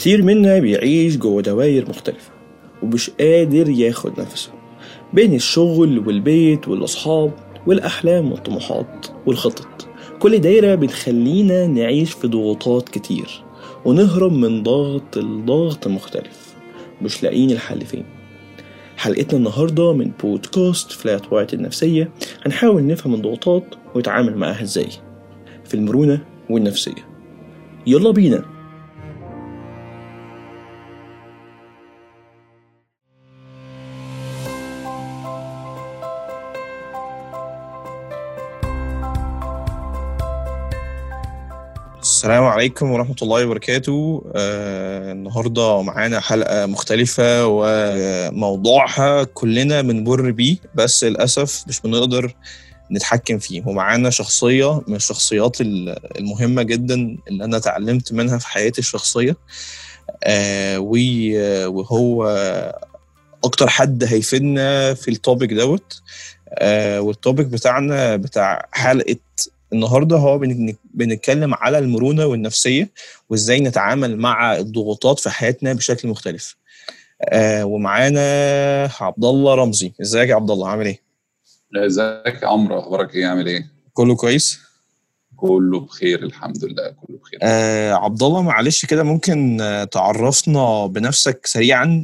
كتير منا بيعيش جوه دواير مختلفة ومش قادر ياخد نفسه بين الشغل والبيت والأصحاب والأحلام والطموحات والخطط. كل دايرة بتخلينا نعيش في ضغوطات كتير ونهرب من ضغط لضغط مختلف، مش لاقيين الحل فين. حلقتنا النهاردة من بودكاست فلات وايت النفسية هنحاول نفهم الضغوطات ونتعامل معاها ازاي في المرونة والنفسية. يلا بينا. السلام عليكم ورحمة الله وبركاته. النهاردة معانا حلقة مختلفة وموضوعها كلنا بنمر بيه، بس للأسف مش بنقدر نتحكم فيه. ومعانا شخصية من الشخصيات المهمة جدا اللي أنا تعلمت منها في حياتي الشخصية، وهو أكتر حد هيفيدنا في التوبيك دوت. والتوبيك بتاعنا بتاع حلقة النهاردة هو بنتكلم على المرونة والنفسية وإزاي نتعامل مع الضغوطات في حياتنا بشكل مختلف. ومعانا عبد الله رمزي. ازيك يا عبد الله، عامل ايه؟ ازيك يا عمرو، اخبارك ايه؟ عامل ايه؟ كله كويس؟ كله بخير الحمد لله، كله بخير. عبد الله، معلش كده ممكن تعرفنا بنفسك سريعا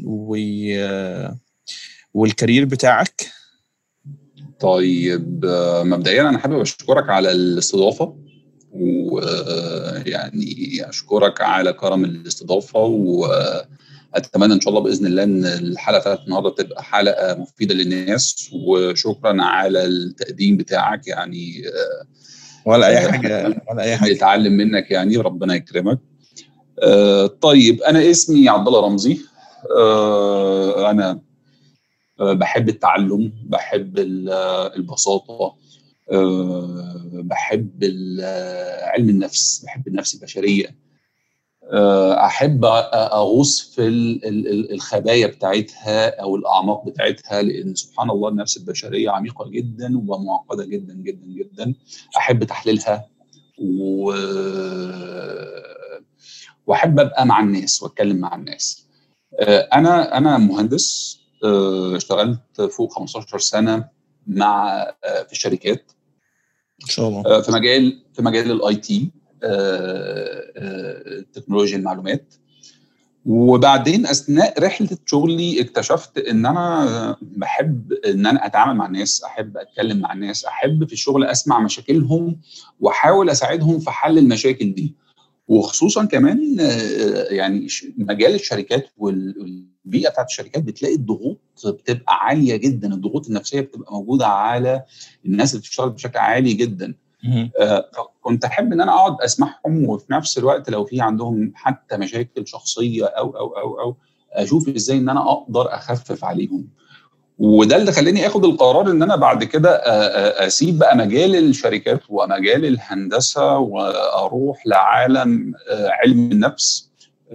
والكارير بتاعك؟ طيب، مبدئيا انا حابب اشكرك على الاستضافه، ويعني اشكرك على كرم الاستضافه، واتمنى ان شاء الله باذن الله ان الحلقه بتاعت النهارده تبقى حلقه مفيده للناس، وشكرا على التقديم بتاعك. يعني ولا اي حاجه، ولا اي حاجه، نتعلم منك يعني، ربنا يكرمك. طيب، انا اسمي عبد الله رمزي. انا بحب التعلم، بحب البساطة، بحب علم النفس، بحب النفس البشرية. أحب أغوص في الخبايا بتاعتها أو الأعماق بتاعتها، لأن سبحان الله النفس البشرية عميقة جدا ومعقدة جدا جدا جدا. أحب تحليلها وأحب أبقى مع الناس وأتكلم مع الناس. أنا مهندس، اشتغلت فوق 15 سنة في الشركات ان شاء الله، في مجال الاي تي، تكنولوجيا المعلومات. وبعدين اثناء رحله شغلي اكتشفت ان انا بحب ان انا اتعامل مع الناس، احب اتكلم مع الناس، احب في الشغل اسمع مشاكلهم واحاول اساعدهم في حل المشاكل دي. وخصوصا كمان يعني مجال الشركات والبيئه بتاعت الشركات بتلاقي الضغوط بتبقى عاليه جدا، الضغوط النفسيه بتبقى موجوده على الناس اللي بتشتغل بشكل عالي جدا. كنت احب ان انا اقعد اسمعهم، وفي نفس الوقت لو في عندهم حتى مشاكل شخصيه او اشوف ازاي ان انا اقدر اخفف عليهم. وده اللي خلاني اخد القرار ان انا بعد كده اسيب بقى مجال الشركات ومجال الهندسه واروح لعالم علم النفس.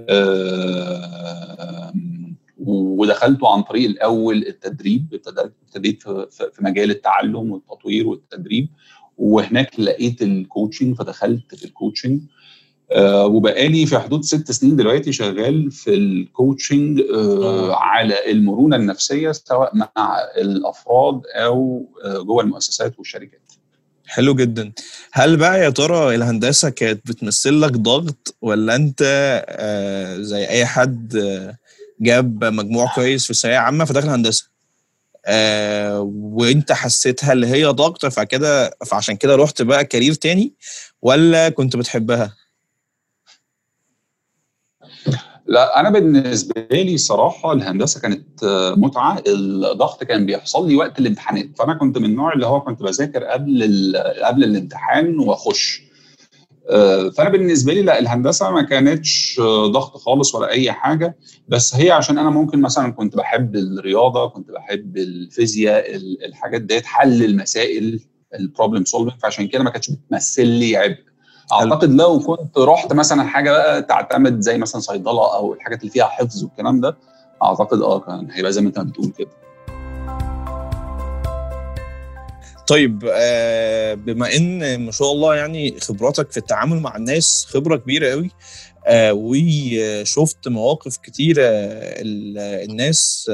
ودخلته عن طريق الاول التدريب، ابتديت في مجال التعلم والتطوير والتدريب، وهناك لقيت الكوتشنج فدخلت في الكوتشنج. وبقالي في حدود 6 سنين دلوقتي شغال في الكوتشنج على المرونة النفسية، سواء مع الأفراد أو جوه المؤسسات والشركات. حلو جدا. هل بقى يا ترى الهندسة كانت بتمثل لك ضغط، ولا أنت زي أي حد جاب مجموع كويس في الثانوية عامة فدخل هندسة وأنت حسيتها اللي هي ضغط فعشان كده رحت بقى كارير تاني، ولا كنت بتحبها؟ لا، انا بالنسبه لي صراحه الهندسه كانت متعه. الضغط كان بيحصل لي وقت الامتحانات، فانا كنت من النوع اللي هو كنت بذاكر قبل الامتحان واخش. فانا بالنسبه لي لا، الهندسه ما كانتش ضغط خالص ولا اي حاجه. بس هي عشان انا ممكن مثلا كنت بحب الرياضه، كنت بحب الفيزياء، الحاجات ديت، حل المسائل، البروبلم سولفنج، فعشان كده ما كانتش بتمثل لي عبء. اعتقد لو كنت رحت مثلا حاجه بقى تعتمد زي مثلا صيدله او الحاجات اللي فيها حفظ والكلام ده، اعتقد كان هيبقى زي ما انت بتقول كده. طيب، بما ان ما شاء الله يعني خبراتك في التعامل مع الناس خبرة كبيرة قوي، وشفت مواقف كتيرة الناس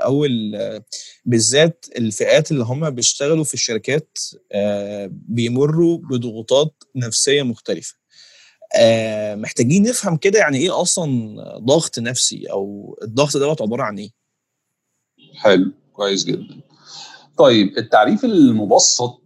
بالذات الفئات اللي هم بيشتغلوا في الشركات بيمروا بضغوطات نفسية مختلفة. محتاجين نفهم كده يعني ايه اصلا ضغط نفسي، او الضغط دوت عبارة عن ايه؟ حلو، كويس جدا. طيب التعريف المبسط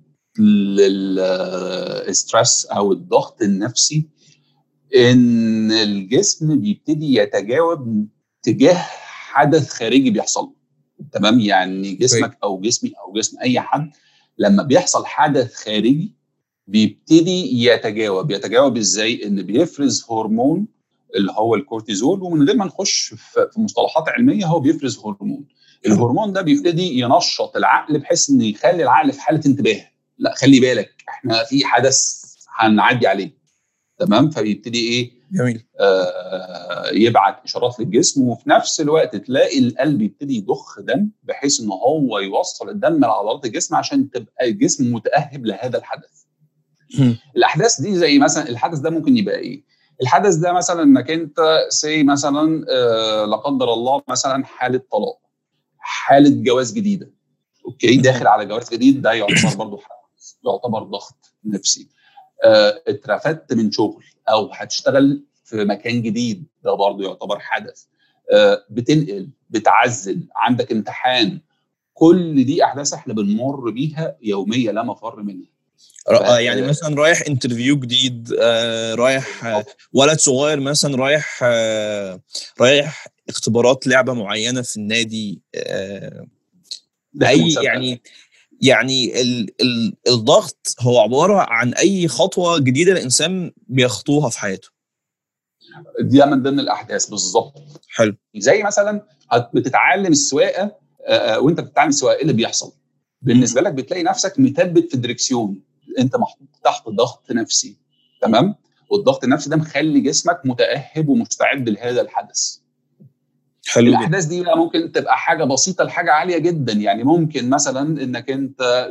للستريس او الضغط النفسي ان الجسم بيبتدي يتجاوب تجاه حدث خارجي بيحصل. تمام، يعني جسمك او جسمي او جسم اي حد لما بيحصل حدث خارجي بيبتدي يتجاوب ازاي؟ ان بيفرز هرمون اللي هو الكورتيزول، ومن غير ما نخش في مصطلحات علميه هو بيفرز هرمون. الهرمون ده بيبتدي ينشط العقل بحيث انه يخلي العقل في حاله انتباه، لا خلي بالك احنا في حدث هنعدي عليه. تمام، فبيبتدي ايه؟ جميل. يبعت اشارات للجسم، وفي نفس الوقت تلاقي القلب يبتدي يضخ دم بحيث ان هو يوصل الدم لعضلات الجسم عشان تبقى الجسم متاهب لهذا الحدث. الاحداث دي زي مثلا الحدث ده ممكن يبقى ايه؟ الحدث ده مثلا انك انت مثلا لا قدر الله مثلا حاله طلاق، حاله جواز جديده، اوكي، داخل على جواز جديد، ده يعتبر برضه يعتبر ضغط نفسي. اترفدت من شغل او هتشتغل في مكان جديد، ده برضه يعتبر حدث. بتنقل، بتعزل، عندك امتحان، كل دي احداث احنا بنمر بيها يوميا لا مفر منها. يعني مثلا رايح انترفيو جديد، رايح ولد صغير مثلا رايح اختبارات لعبة معينة في النادي، اي يعني الضغط هو عبارة عن اي خطوة جديدة الانسان بيخطوها في حياته. دي من ضمن الاحداث بالظبط. حلو. زي مثلا بتتعلم السواقه، وانت بتتعلم السواقه ايه اللي بيحصل؟ بالنسبه لك بتلاقي نفسك مثبت في الدركسيون، انت محطوط تحت ضغط نفسي. تمام، والضغط النفسي ده مخلي جسمك متاهب ومستعد لهذا الحدث. حلو. الاحداث دي بقى ممكن تبقى حاجه بسيطه لحاجه عاليه جدا. يعني ممكن مثلا انك انت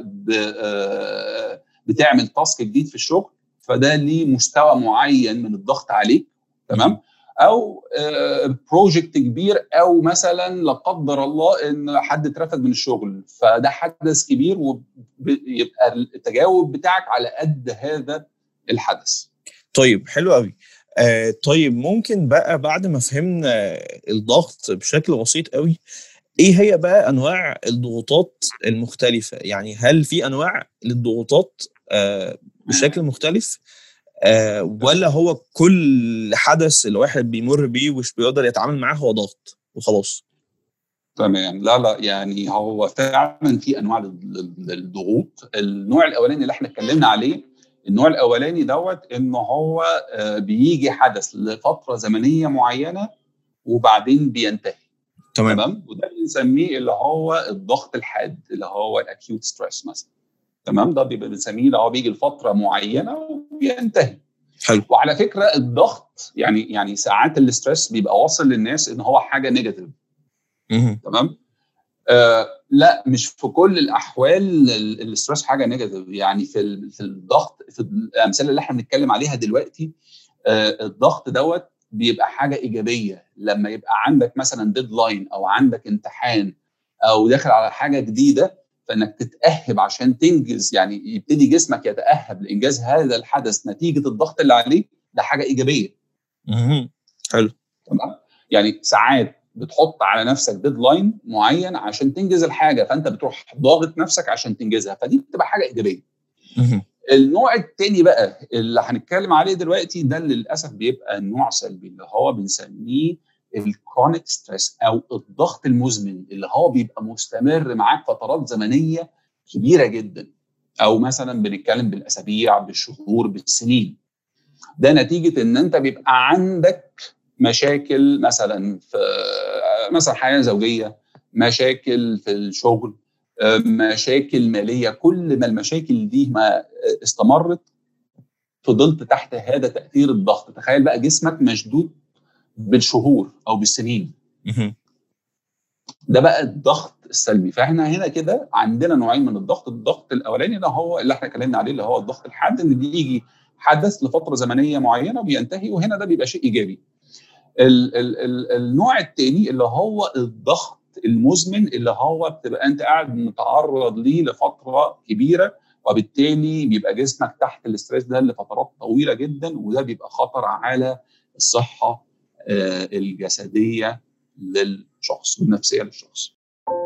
بتعمل تاسك جديد في الشغل، فده ليه مستوى معين من الضغط عليك. تمام، او بروجكت كبير، او مثلا لا قدر الله ان حد اترفد من الشغل، فده حدث كبير ويبقى التجاوب بتاعك على قد هذا الحدث. طيب حلو قوي. طيب ممكن بقى بعد ما فهمنا الضغط بشكل بسيط قوي، ايه هي بقى انواع الضغوطات المختلفة؟ يعني هل في انواع للضغوطات بشكل مختلف، ولا هو كل حدث الواحد بيمر بيه ومش بيقدر يتعامل معاه هو ضغط وخلاص؟ تمام، لا يعني هو فعلا في انواع للضغوط. النوع الاولاني اللي احنا اتكلمنا عليه، النوع الاولاني دوت انه هو بيجي حدث لفتره زمنيه معينه وبعدين بينتهي. تمام، وده بنسميه اللي هو الضغط الحاد، اللي هو الاكيوت ستريس مثلا. تمام، ده بنسميه اللي هو بيجي لفتره معينه وبينتهي. حلو. وعلى فكره الضغط يعني ساعات الاسترس بيبقى واصل للناس ان هو حاجه نيجاتيف. تمام، لا مش في كل الاحوال الاسترس حاجه نيجاتيف. يعني في الضغط، في الامثله اللي احنا بنتكلم عليها دلوقتي، الضغط دوت بيبقى حاجه ايجابيه. لما يبقى عندك مثلا ديدلاين او عندك امتحان او داخل على حاجه جديده، فانك تتاهب عشان تنجز، يعني يبتدي جسمك يتاهب لانجاز هذا الحدث نتيجه الضغط اللي عليه، ده حاجه ايجابيه. حلو. تمام، يعني ساعات بتحط على نفسك ديدلاين معين عشان تنجز الحاجه، فانت بتروح ضاغط نفسك عشان تنجزها، فدي بتبقى حاجه ايجابيه. النوع الثاني بقى اللي هنتكلم عليه دلوقتي، ده للاسف بيبقى نوع سلبي، اللي هو بنسميه الكرونيك ستريس او الضغط المزمن، اللي هو بيبقى مستمر معاك فترات زمنيه كبيره جدا، او مثلا بنتكلم بالاسابيع، بالشهور، بالسنين. ده نتيجه ان انت بيبقى عندك مشاكل مثلا في مثلا حياه زوجيه، مشاكل في الشغل، مشاكل ماليه. كل ما المشاكل دي ما استمرت فضلت تحت هذا تاثير الضغط. تخيل بقى جسمك مشدود بالشهور او بالسنين. ده بقى الضغط السلبي. فاحنا هنا كده عندنا نوعين من الضغط. الضغط الاولاني ده هو اللي احنا اتكلمنا عليه، اللي هو الضغط الحاد، ان بيجي حدث لفتره زمنيه معينه وبينتهي، وهنا ده بيبقى شيء ايجابي. النوع الثاني اللي هو الضغط المزمن، اللي هو بتبقى انت قاعد متعرض ليه لفتره كبيره، وبالتالي بيبقى جسمك تحت الاستريس ده لفترات طويله جدا، وده بيبقى خطر على الصحه الجسديه للشخص والنفسيه للشخص.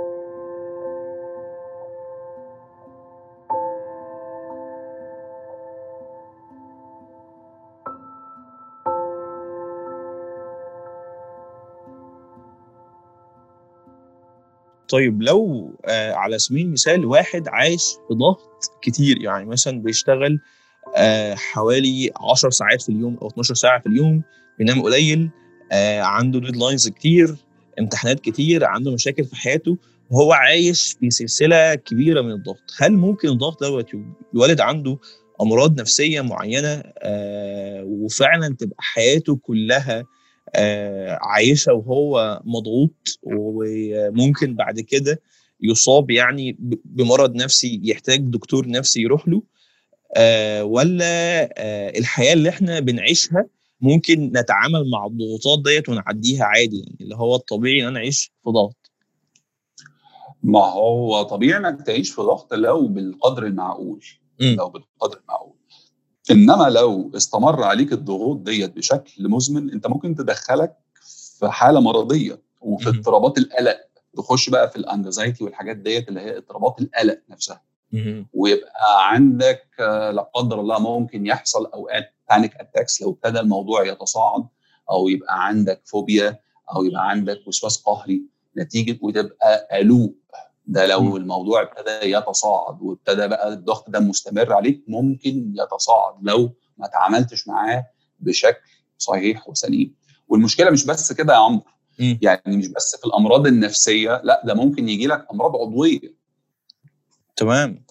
طيب لو على سبيل المثال واحد عايش في ضغط كتير، يعني مثلا بيشتغل حوالي 10 ساعات في اليوم او 12 ساعة في اليوم، بينام قليل، عنده ديدلاينز كتير، امتحانات كتير، عنده مشاكل في حياته، وهو عايش في سلسلة كبيرة من الضغط. هل ممكن الضغط دوت يولد عنده أمراض نفسية معينة وفعلا تبقى حياته كلها عايشة وهو مضغوط، وممكن بعد كده يصاب يعني بمرض نفسي يحتاج دكتور نفسي يروح له؟ ولا الحياة اللي احنا بنعيشها ممكن نتعامل مع الضغوطات ديت ونعديها عادي، يعني اللي هو الطبيعي ان انا اعيش في ضغط؟ ما هو طبيعي انك تعيش في ضغط لو بالقدر المعقول، لو بالقدر المعقول. انما لو استمر عليك الضغوط ديت بشكل مزمن، انت ممكن تدخلك في حاله مرضيه وفي اضطرابات القلق، تخش بقى في الانكزايتي والحاجات ديت اللي هي اضطرابات القلق نفسها. ويبقى عندك لا قدر الله ممكن يحصل اوقات بانيك اتاكس لو ابتدى الموضوع يتصاعد، او يبقى عندك فوبيا، او يبقى عندك وسواس قهري نتيجه، وتبقى قلوق. ده لو الموضوع ابتدى يتصاعد وابتدى بقى الضغط ده مستمر عليك، ممكن يتصاعد لو ما تعاملتش معاه بشكل صحيح وسليم. والمشكله مش بس كده يا عمرو، يعني مش بس في الامراض النفسيه، لا ده ممكن يجي لك امراض عضويه. تمام.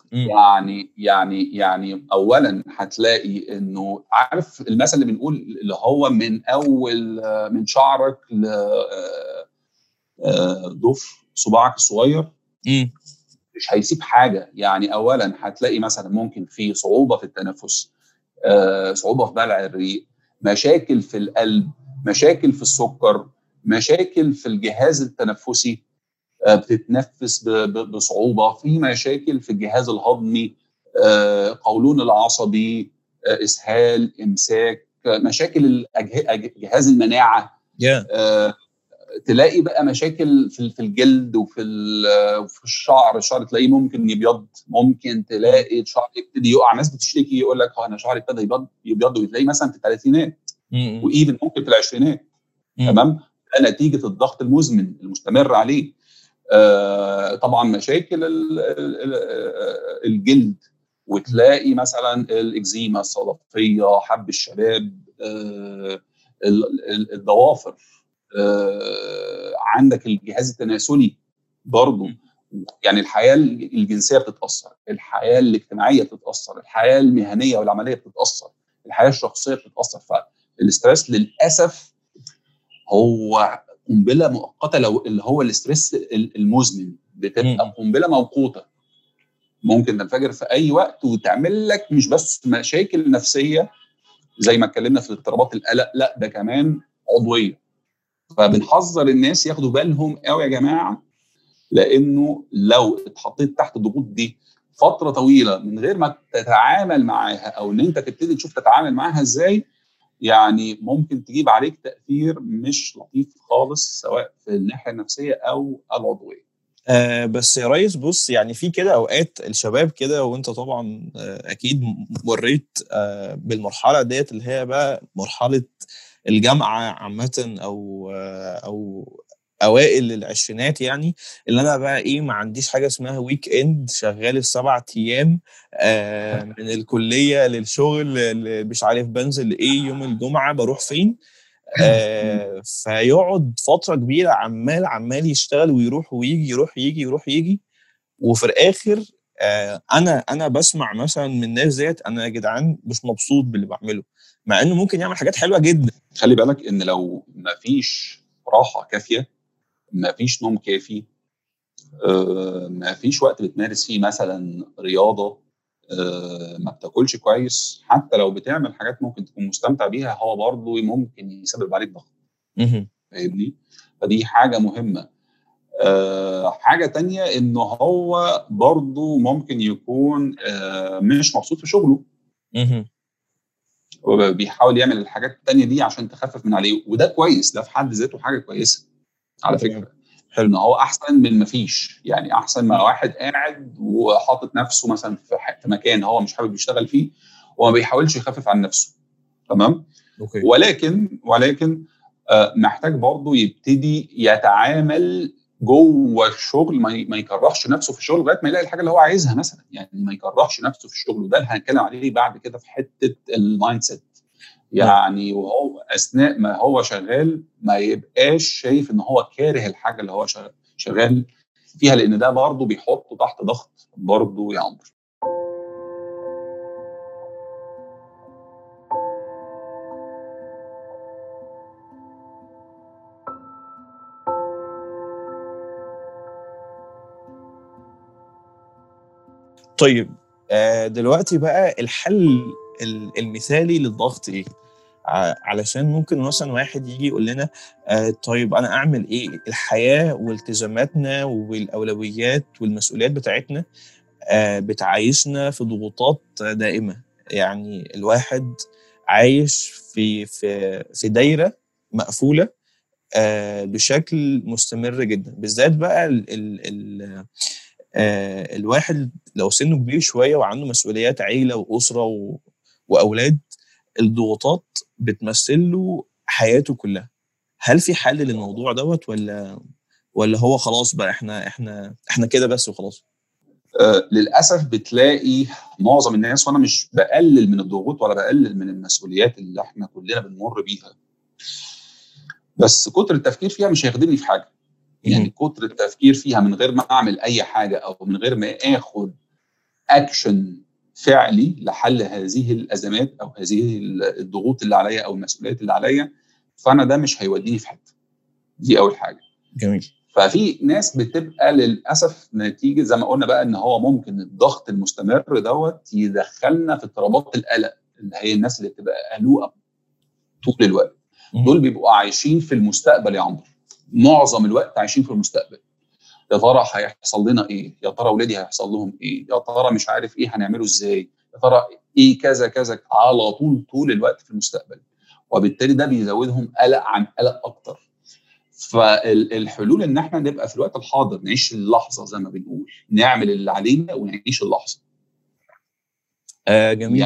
يعني اولا هتلاقي انه، عارف المثل اللي بنقول اللي هو من اول من شعرك ضفر صباعك الصغير، مش هيسيب حاجه. يعني اولا هتلاقي مثلا ممكن في صعوبه في التنفس، صعوبه في بلع الريق، مشاكل في القلب، مشاكل في السكر، مشاكل في الجهاز التنفسي، بتتنفس بصعوبه، في مشاكل في الجهاز الهضمي، قولون العصبي، اسهال، امساك، مشاكل جهاز المناعه. تلاقي بقى مشاكل في الجلد وفي الشعر تلاقيه ممكن يبيض، ممكن تلاقي الشعر يبتدي يقع. ناس بتشتكي يقول لك انا شعري ابتدى يبيض، وتلاقي مثلا في الثلاثينات وايفن ممكن في العشرينات. تمام، ده نتيجه الضغط المزمن المستمر عليه. طبعا مشاكل الجلد، وتلاقي مثلا الاكزيما الصدفيه، حب الشباب، الضوافر، عندك الجهاز التناسلي برضه. يعني الحياه الجنسيه بتتاثر، الحياه الاجتماعيه بتتاثر، الحياه المهنيه والعمليه بتتاثر، الحياه الشخصيه بتتاثر. فالاسترس للاسف هو قنبله مؤقته، لو اللي هو الاسترس المزمن بتبقى قنبله موقوته، ممكن تنفجر في اي وقت وتعمل لك مش بس مشاكل نفسيه زي ما اتكلمنا في اضطرابات القلق، لا ده كمان عضويه. فبنحذر الناس ياخدوا بالهم قوي يا جماعه، لانه لو اتحطيت تحت الضغوط دي فتره طويله من غير ما تتعامل معاها، او ان انت تبتدي تشوف تتعامل معاها ازاي، يعني ممكن تجيب عليك تأثير مش لطيف خالص، سواء في الناحية النفسية أو العضوية. بس يا ريس بص، يعني في كده أوقات الشباب كده، وانت طبعا أكيد مريت بالمرحلة ديت اللي هي بقى مرحلة الجامعة عامة، أو أوائل العشرينات، يعني اللي أنا بقى إيه، ما عنديش حاجة اسمها ويك إند، شغال ال7 أيام من الكلية للشغل، مش عارف بنزل إيه يوم الجمعة، بروح فين. فيقعد فترة كبيرة عمال يشتغل ويروح ويجي، يروح يجي يروح يجي، وفي الآخر أنا بسمع مثلا من الناس ديت، أنا يا جدعان مش مبسوط باللي بعمله، مع إنه ممكن يعمل حاجات حلوة جدا. خلي بالك إن لو ما فيش راحة كافية، ما فيش نوم كافي، ما فيش وقت بتمارس فيه مثلا رياضة، ما بتاكلش كويس، حتى لو بتعمل حاجات ممكن تكون مستمتع بيها، هو برضه ممكن يسبب عليك ضغط. فاهمني؟ فدي حاجه مهمه. حاجه تانية انه هو برضه ممكن يكون مش مبسوط في شغله، وبيحاول يعمل الحاجات التانية دي عشان تخفف من عليه، وده كويس، ده في حد ذاته حاجه كويسه على فكره. حلو. ان هو احسن من ما فيش، يعني احسن ما واحد قاعد وحاطط نفسه مثلا في مكان هو مش حابب يشتغل فيه وما بيحاولش يخفف عن نفسه. تمام. اوكي. ولكن محتاج برضه يبتدي يتعامل جوه الشغل، ما يكرهش نفسه في الشغل لغايه ما يلاقي الحاجه اللي هو عايزها مثلا. يعني ما يكرهش نفسه في الشغل، وده اللي هنتكلم عليه بعد كده في حته المايند سيت. يعني وهو اثناء ما هو شغال ما يبقاش شايف ان هو كاره الحاجه اللي هو شغال فيها، لان ده برضه بيحطه تحت ضغط برضه يا عمرو. طيب دلوقتي بقى الحل المثالي للضغط ايه؟ علشان ممكن مثلا واحد يجي يقول لنا طيب انا اعمل ايه؟ الحياه والتزاماتنا والاولويات والمسؤوليات بتاعتنا بتعيشنا في ضغوطات دائمه. يعني الواحد عايش في دايره مقفوله بشكل مستمر جدا، بالذات بقى الواحد لو سنه كبير شويه وعنده مسؤوليات عيله واسره واولاد، الضغوطات بتمثل له حياته كلها. هل في حل للموضوع دوت ولا هو خلاص بقى احنا كده بس وخلاص؟ للاسف بتلاقي معظم الناس، وانا مش بقلل من الضغوط ولا بقلل من المسؤوليات اللي احنا كلنا بنمر بيها، بس كتر التفكير فيها مش هيخدمني في حاجه. يعني كتر التفكير فيها من غير ما اعمل اي حاجه او من غير ما اخد اكشن فعلي لحل هذه الازمات او هذه الضغوط اللي عليا او المسؤوليات اللي عليا، فانا ده مش هيوديني في حته. دي اول حاجه. جميل. ففي ناس بتبقى للاسف نتيجه زي ما قلنا بقى ان هو ممكن الضغط المستمر دوت يدخلنا في اضطرابات القلق، اللي هي الناس اللي بتبقى قلوقه طول الوقت. دول بيبقوا عايشين في المستقبل يا عمرو، معظم الوقت عايشين في المستقبل. يا ترى هيحصل لنا ايه؟ يا ترى اولادي هيحصل لهم ايه؟ يا ترى مش عارف ايه هنعمله ازاي؟ يا ترى ايه كذا كذا، على طول الوقت في المستقبل. وبالتالي ده بيزودهم قلق عن قلق اكتر. فالحلول ان احنا نبقى في الوقت الحاضر، نعيش اللحظه زي ما بنقول، نعمل اللي علينا ونعيش اللحظه. جميل.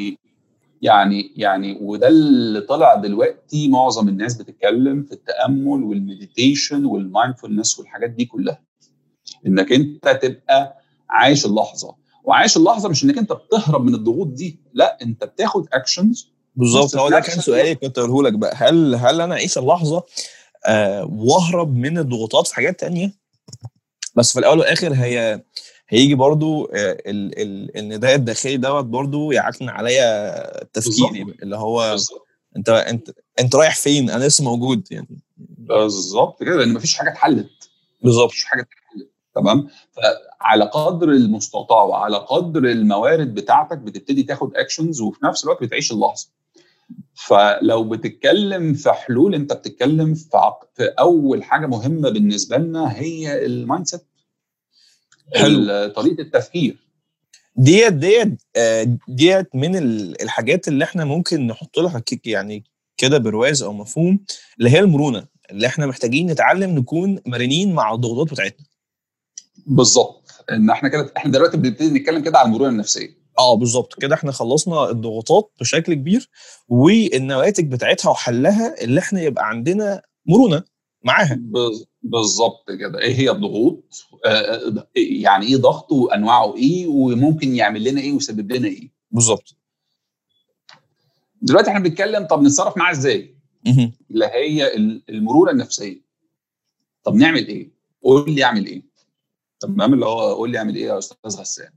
يعني وده اللي طلع دلوقتي معظم الناس بتتكلم في التامل والمديتيشن والمايندفولنس والحاجات دي كلها، انك انت تبقى عايش اللحظه. وعايش اللحظه مش انك انت بتهرب من الضغوط دي، لا، انت بتاخد اكشنز. بالظبط، هو ده كان سؤالي كنت اقوله لك بقى. هل انا اعيش اللحظه واهرب من الضغوطات في حاجات تانية؟ بس في الاول والاخر هيجي برضو النداء الداخلي دوت برضو يعكن عليا تفكيري اللي هو بالزبط. انت رايح فين؟ انا لسه موجود يعني. بالظبط كده، لان مفيش حاجه اتحلت. بالظبط، مفيش حاجه اتحلت. تمام. فعلى قدر المستطاع وعلى قدر الموارد بتاعتك بتبتدي تاخد اكشنز، وفي نفس الوقت بتعيش اللحظه. فلو بتتكلم في حلول، انت بتتكلم في اول حاجه مهمه بالنسبه لنا هي المايند سيت، طريقه التفكير. ديت من الحاجات اللي احنا ممكن نحط لها يعني كده برواز او مفهوم، اللي هي المرونه، اللي احنا محتاجين نتعلم نكون مرنين مع الضغوطات بتاعتنا. بالظبط. ان احنا دلوقتي بنبتدي نتكلم كده عن المرونه النفسيه. بالظبط كده، احنا خلصنا الضغوطات بشكل كبير والنواتج بتاعتها وحلها، اللي احنا يبقى عندنا مرونه معاها. بالظبط كده. ايه هي الضغوط؟ يعني ايه ضغط وانواعه ايه، وممكن يعمل لنا ايه ويسبب لنا ايه؟ بالظبط. دلوقتي احنا بنتكلم طب نتصرف معاه ازاي؟ اللي هي المرونه النفسيه. طب نعمل ايه؟ قول لي اعمل ايه؟ تمام. اللي هو قول لي اعمل ايه يا استاذ غسان.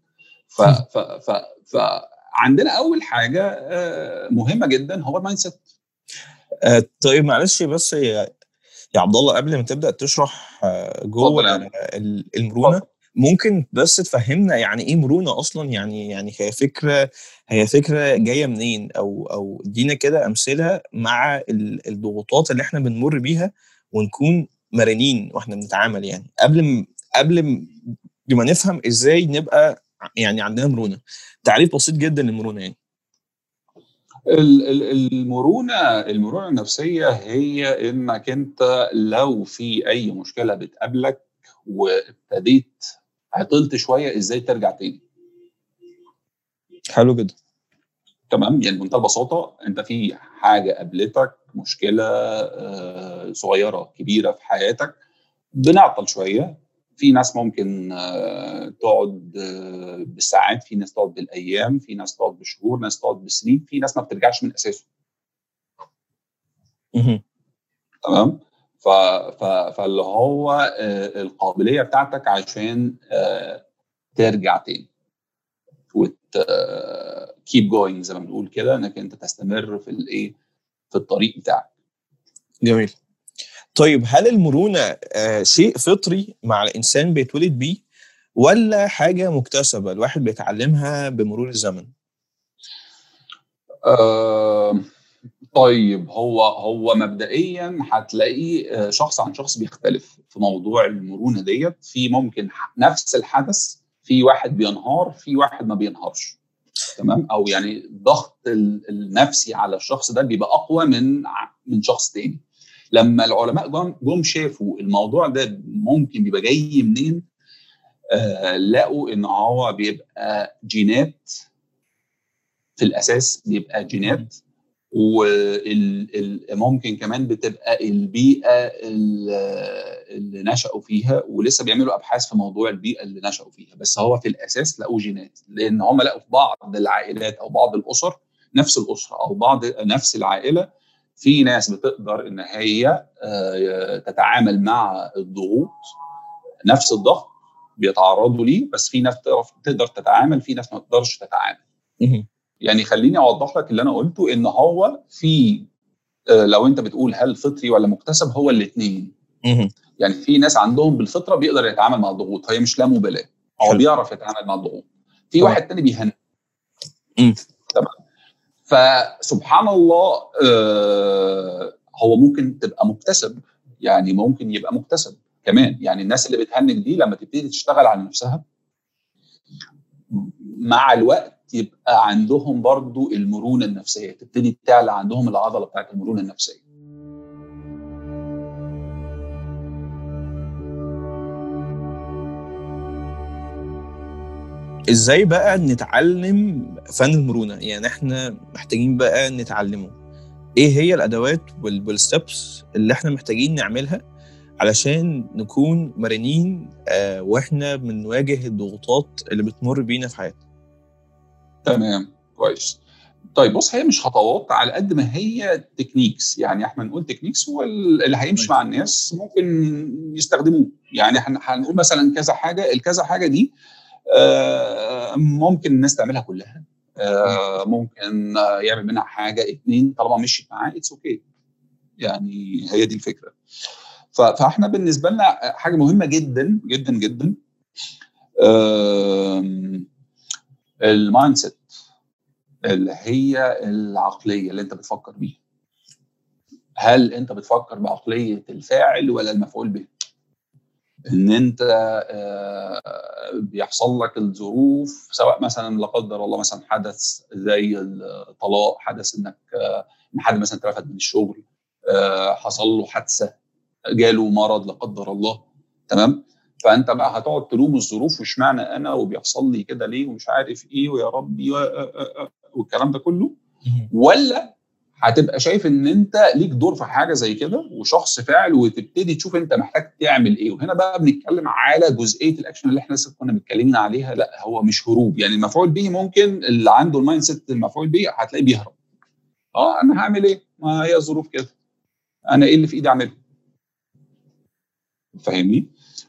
فعندنا اول حاجه مهمه جدا هو المايند سيت. طيب معلش بس يا عبد الله، قبل ما تبدا تشرح جوه المرونه، ممكن بس تفهمنا يعني ايه مرونة اصلا؟ يعني هي فكرة جاية منين، او ادينا كده امثلة مع الضغوطات اللي احنا بنمر بيها، ونكون مرنين واحنا بنتعامل، يعني قبل ما نفهم ازاي نبقى يعني عندنا مرونة. تعريف بسيط جدا للمرونة يعني. المرونة النفسية هي انك انت لو في اي مشكلة بتقابلك وابتديت عطلت شوية، ازاي ترجع تاني. حلو جدا. تمام، يعني بمنتهى البساطة انت في حاجة قابلتك مشكلة صغيرة كبيرة في حياتك، بنعطل شوية. في ناس ممكن تقعد بالساعات، في ناس تقعد بالايام، في ناس تقعد بشهور، ناس تقعد بسنين، في ناس ما بترجعش من اساسه. تمام. ف... فاللي هو القابليه بتاعتك عشان ترجع تاني وت كيب جوينج زي ما بنقول كده، انك انت تستمر في الايه، في الطريق بتاعك. جميل. طيب هل المرونة شيء فطري مع الإنسان بيتولد بيه، ولا حاجة مكتسبة الواحد بيتعلمها بمرور الزمن؟ آه طيب، هو مبدئيا هتلاقيه شخص عن شخص بيختلف في موضوع المرونه ديت. في ممكن نفس الحدث في واحد بينهار، في واحد ما بينهارش. تمام، او يعني الضغط النفسي على الشخص ده بيبقى اقوى من شخص تاني. لما العلماء جم شافوا الموضوع ده ممكن بيبقى جاي منين، لقوا ان هو بيبقى جينات. في الاساس بيبقى جينات، وممكن كمان بتبقى البيئه اللي نشأوا فيها، ولسه بيعملوا ابحاث في موضوع البيئه اللي نشأوا فيها. بس هو في الاساس لقوا جينات، لان هم لقوا في بعض العائلات او بعض الاسر، نفس الاسره او نفس العائله، في ناس بتقدر ان هي تتعامل مع الضغوط، نفس الضغط بيتعرضوا ليه، بس في ناس تقدر تتعامل، في ناس ما تقدرش تتعامل. يعني خليني اوضح لك اللي انا قلته، ان هو في لو انت بتقول هل فطري ولا مكتسب، هو الاثنين. يعني في ناس عندهم بالفطره بيقدر يتعامل مع الضغوط، هي مش لا مبالاه، هو بيعرف يتعامل مع الضغوط. في واحد تاني بيهنج. تمام. فسبحان الله هو ممكن تبقى مكتسب، يعني ممكن يبقى مكتسب كمان. يعني الناس اللي بتهنج دي لما تبتدي تشتغل على نفسها مع الوقت، يبقى عندهم برضو المرونة النفسية، تبتدي تعلى عندهم العضلة بتاعت المرونة النفسية. ازاي بقى نتعلم فن المرونة؟ يعني احنا محتاجين بقى نتعلمه. ايه هي الادوات والستبس اللي احنا محتاجين نعملها علشان نكون مرنين واحنا بنواجه الضغوطات اللي بتمر بينا في حياتنا؟ تمام، كويس. طيب بص، هي مش خطوات على قد ما هي تكنيكس. يعني احنا نقول تكنيكس هو اللي هيمشي مع الناس، ممكن يستخدموه. يعني احنا هنقول مثلا كذا حاجه، الكذا حاجه دي ممكن الناس تعملها كلها، ممكن يعمل منها حاجه اتنين، طالما مشيت معاه اتس اوكي. يعني هي دي الفكره. فاحنا بالنسبه لنا حاجه مهمه جدا جدا جدا المايند سيت، اللي هي العقليه اللي انت بتفكر بيها. هل انت بتفكر بعقليه الفاعل ولا المفعول به؟ ان انت بيحصل لك الظروف، سواء مثلا لا قدر الله مثلا حدث زي الطلاق، حدث انك ان حد مثلا اترفد من الشغل، حصل له حادثه، جاله مرض لا قدر الله. تمام. فانت بقى هتقعد تلوم الظروف، واشمعنى انا وبيحصل لي كده ليه ومش عارف ايه ويا ربي والكلام ده كله، ولا هتبقى شايف ان انت ليك دور في حاجه زي كده وشخص فاعل، وتبتدي تشوف انت محتاج تعمل ايه. وهنا بقى بنتكلم على جزئيه الاكشن اللي احنا لسه كنا متكلمين عليها. لا، هو مش هروب. يعني المفعول به ممكن اللي عنده المايند سيت المفعول به هتلاقيه بيهرب. انا هعمل ايه؟ ما هي ظروف كده، انا ايه اللي في ايدي اعمله؟ فاهمني؟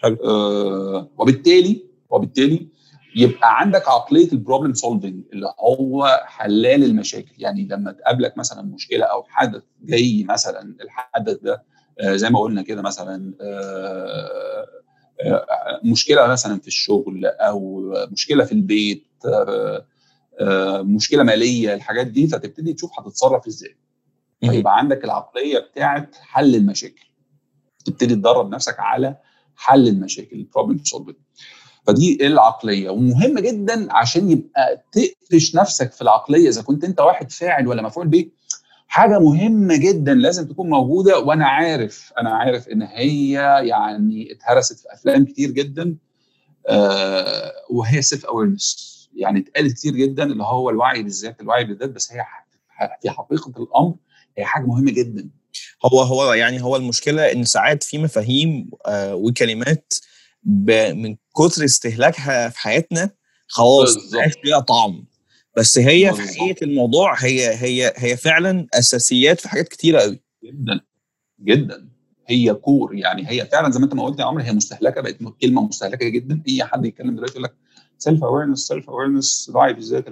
وبالتالي يبقى عندك عقليه البروبلم سولفنج، اللي هو حلال المشاكل. يعني لما تقابلك مثلا مشكله او حدث جاي، مثلا الحدث ده زي ما قلنا كده مثلا مشكله مثلا في الشغل او مشكله في البيت، مشكله ماليه، الحاجات دي، فتبتدي تشوف هتتصرف ازاي. فيبقى عندك العقليه بتاعه حل المشاكل، تبتدي تدرب نفسك على حل المشاكل، البروبلم سولفنج. فدي العقليه، ومهمه جدا عشان يبقى تقفش نفسك في العقليه اذا كنت انت واحد فاعل ولا مفعول به. حاجه مهمه جدا لازم تكون موجوده، وانا عارف ان هي يعني اتهرست في افلام كتير جدا، وهي سيلف اويرنس. يعني اتقالت كتير جدا اللي هو الوعي بالذات، بس هي في حقيقه الامر هي حاجه مهمه جدا. هو المشكله ان ساعات في مفاهيم وكلمات من كتر استهلاكها في حياتنا خلاص مبقاش ليها طعم، بس هي في حقيقه الموضوع هي فعلا اساسيات في حاجات كتيره قوي جدا جدا. هي كور، يعني هي فعلا زي ما انت ما قلت يا عمرو، هي مستهلكه، بقت كلمه مستهلكه جدا. اي حد يتكلم دلوقتي يقول لك سيلف اويرنس، الوعي بالذات.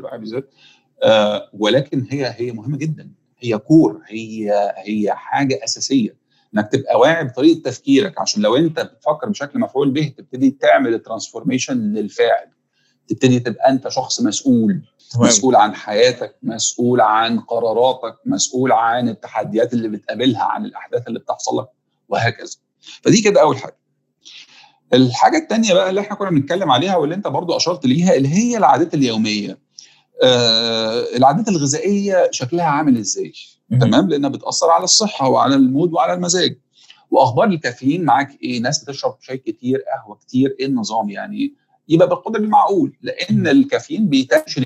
ولكن هي مهمه جدا، هي كور، هي حاجه اساسيه انك تبقى واعي بطريقه تفكيرك، عشان لو انت بتفكر بشكل مفعول به تبتدي تعمل الترانسفورميشن للفاعل، تبتدي تبقى انت شخص مسؤول. مسؤول عن حياتك، مسؤول عن قراراتك، مسؤول عن التحديات اللي بتقابلها، عن الاحداث اللي بتحصل لك، وهكذا. فدي كده اول حاجه. الحاجه الثانيه بقى اللي احنا كنا بنتكلم عليها واللي انت برضو اشرت ليها، اللي هي العادات اليوميه. العادات الغذائيه شكلها عامل ازاي؟ تمام، لانها بتاثر على الصحه وعلى المود وعلى المزاج. واخبار الكافيين معاك ايه؟ ناس بتشرب شاي كتير، قهوه كتير، ايه النظام؟ يعني يبقى بالقدر المعقول، لان الكافيين بيتنشن